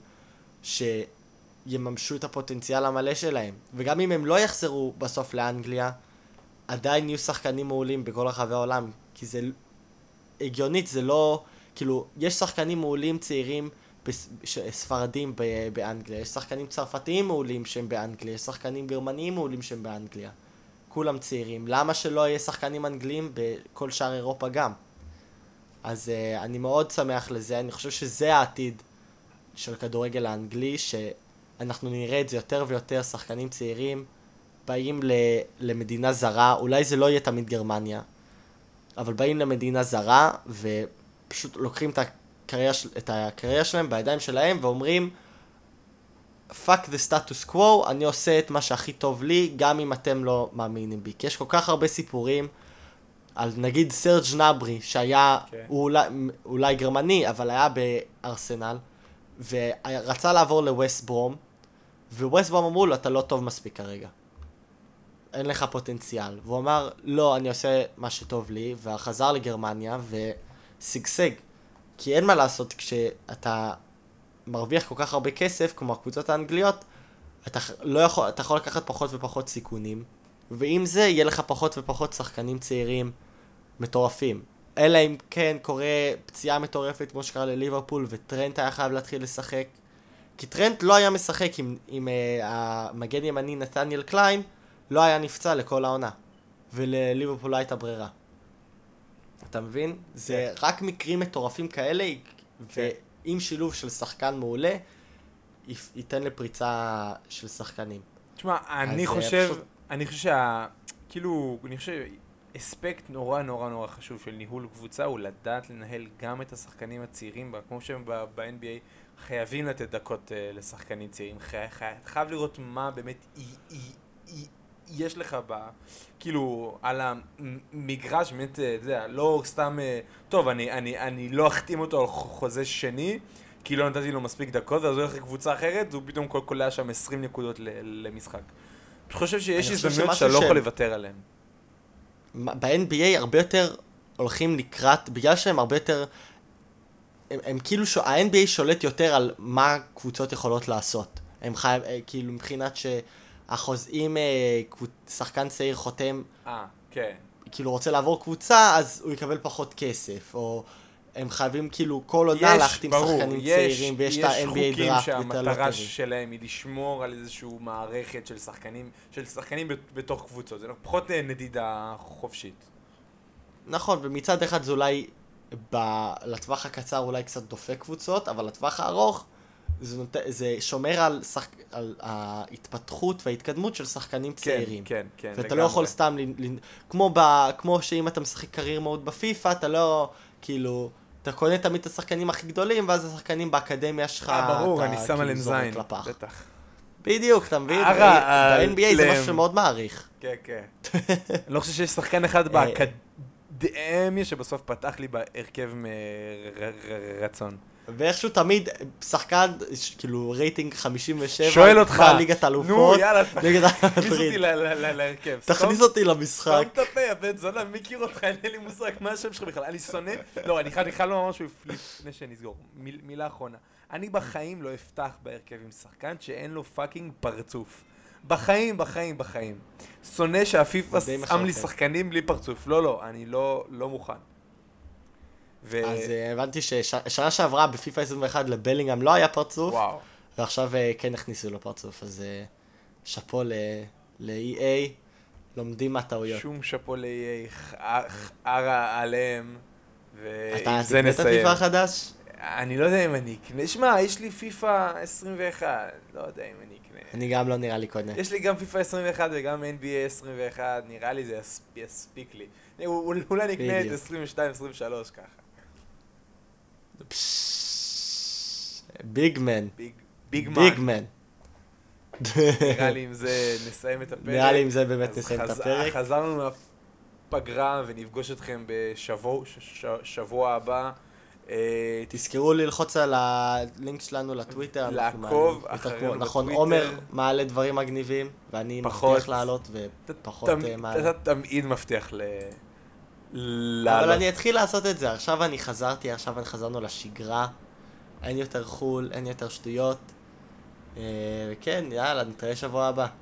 שיממשו את הפוטנציאל המלא שלהם. וגם אם הם לא יחזרו בסוף לאנגליה, עדיין יהיו שחקנים מעולים בכל רחבי העולם, כי זה הגיונית, זה לא, כאילו, יש שחקנים מעולים צעירים ספרדים באנגליה, יש שחקנים צרפתיים מעולים שהם באנגליה, יש שחקנים גרמניים מעולים שהם באנגליה. כולם צעירים. למה שלא יהיה שחקנים אנגליים בכל שאר אירופה גם? אז אני מאוד שמח לזה, אני חושב שזה העתיד של כדורגל האנגלי, שאנחנו נראה את זה יותר ויותר, שחקנים צעירים באים למדינה זרה, אולי זה לא יהיה תמיד גרמניה, אבל באים למדינה זרה ופשוט לוקחים את הקריירה שלהם בידיים שלהם ואומרים fuck the status quo, אני עושה את מה שהכי טוב לי, גם אם אתם לא מאמינים בי. כי יש כל כך הרבה סיפורים על נגיד סרג' נברי, שהיה, הוא אולי גרמני, אבל היה בארסנל, ורצה לעבור לווסט ברום, וווסט ברום אמרו לו, אתה לא טוב מספיק כרגע. אין לך פוטנציאל. והוא אמר, לא, אני עושה מה שטוב לי, וחזר לגרמניה, וסגסג. כי אין מה לעשות כשאתה מרוויח כל כך הרבה כסף, כמו הקבוצות האנגליות, אתה יכול לקחת פחות ופחות סיכונים, ועם זה יהיה לך פחות ופחות שחקנים צעירים מטורפים. אלא אם כן קורה פציעה מטורפת כמו שקרה לליברפול, וטרנט היה חייב להתחיל לשחק. כי טרנט לא היה משחק עם המגן ימני נתניאל קליין, לא היה נפצע לכל העונה. ולליברפול לא הייתה ברירה. אתה מבין? זה רק מקרים מטורפים כאלה, ועם שילוב של שחקן מעולה, ייתן לפריצה של שחקנים. תשמע, אני חושב אספקט נורא נורא נורא חשוב של ניהול קבוצה הוא לדעת לנהל גם את השחקנים הצעירים, כמו שהם ב-NBA חייבים לתת דקות לשחקנים צעירים, חייב לראות מה באמת יש לך כאילו על המגרש, באמת, לא סתם, טוב, אני לא אחתים אותו על חוזה שני, כי לא נתתי לו מספיק דקות, ואז הוא הולך לקבוצה אחרת, הוא פתאום קולע שם 20 נקודות למשחק. אני חושב שיש הזדמנויות שאתה לא יכול לוותר עליהן. ב-NBA הרבה יותר הולכים לקראת, בגלל שהם הרבה יותר, הם כאילו, ה-NBA שולט יותר על מה קבוצות יכולות לעשות. הם חייב, כאילו, מבחינת שהחוזים, שחקן צעיר חותם, כן. כאילו רוצה לעבור קבוצה, אז הוא יקבל פחות כסף, או הם חייבים כאילו כל עונה להחתים שחקנים צעירים, ויש את ה-NBA דראפט. יש חוקים שהמטרה שלהם היא לשמור על איזושהי מערכת של שחקנים בתוך קבוצות, זה פחות נדידה חופשית. נכון, ומצד אחד זה אולי, לטווח הקצר אולי קצת דופק קבוצות, אבל לטווח הארוך זה שומר על ההתפתחות וההתקדמות של שחקנים צעירים. כן, כן. ואתה לא יכול סתם, כמו שאם אתה משחק קרייר מאוד בפיפה, אתה לא, כאילו, אתה קונה תמיד את השחקנים הכי גדולים, ואז השחקנים באקדמיה שלך, ברור, אני שם עליהם זין, בטח. בדיוק, אתה מבין? ב-NBA זה משהו שמאוד מעריך. כן, כן. אני לא חושב שיש שחקן אחד באקדמיה שבסוף פתח לי בהרכב מרצון. ואיכשהו תמיד שחקן, כאילו רייטינג 57, שואל אותך, בליגת אלופות, נו יאללה, נגד תכניס אותי להרכב. תכניס אותי למשחק. סתם תפה, הבן זונה, מי מכיר אותך, אין לי מושג, מה השם שלך בכלל? אני שונא, לא, אני חייב לומר משהו לפני שנסגור, מילה אחרונה. אני בחיים לא אפתח בהרכב עם שחקן שאין לו פאקינג פרצוף. בחיים. שונא שהפיפה שם לי שחקנים בלי פרצוף. לא, אני לא מוכן. אז הבנתי ששנה שעברה בפיפה 21 לבלינגהאם לא היה פרצוף, ועכשיו כן הכניסו לו פרצוף, אז שפו ל-EA, לומדים מהטעויות. שום שפו ל-EA, חרא עליהם, ועם זה נסיים. אתה תקנה את הפיפה החדש? אני לא יודע אם אני אקנה, שמע, יש לי פיפה 21, לא יודע אם אני אקנה. אני גם לא נראה לי קונה. יש לי גם פיפה 21 וגם NBA 21, נראה לי זה יספיק לי. אולי אני אקנה את 22-23 ככה. ביג מן. ביג מן. נראה לי אם זה נסיים את הפרק. נראה לי אם זה באמת נסיים את הפרק. חזרנו מהפגרה ונפגוש אתכם בשבוע הבא תזכרו ללחוץ על הלינק שלנו לטוויטר. אנחנו לעקוב מעלים אחרינו יותר- נכון, בטוויטר. עומר מעלה דברים מגניבים, ואני פחות. מבטיח לעלות ופחות מעלה. אתה תמיד מבטיח אבל לעלות. אני אתחיל לעשות את זה, עכשיו חזרנו לשגרה, אין יותר חול, אין יותר שטויות. כן, יאללה, נתראה שבוע הבא.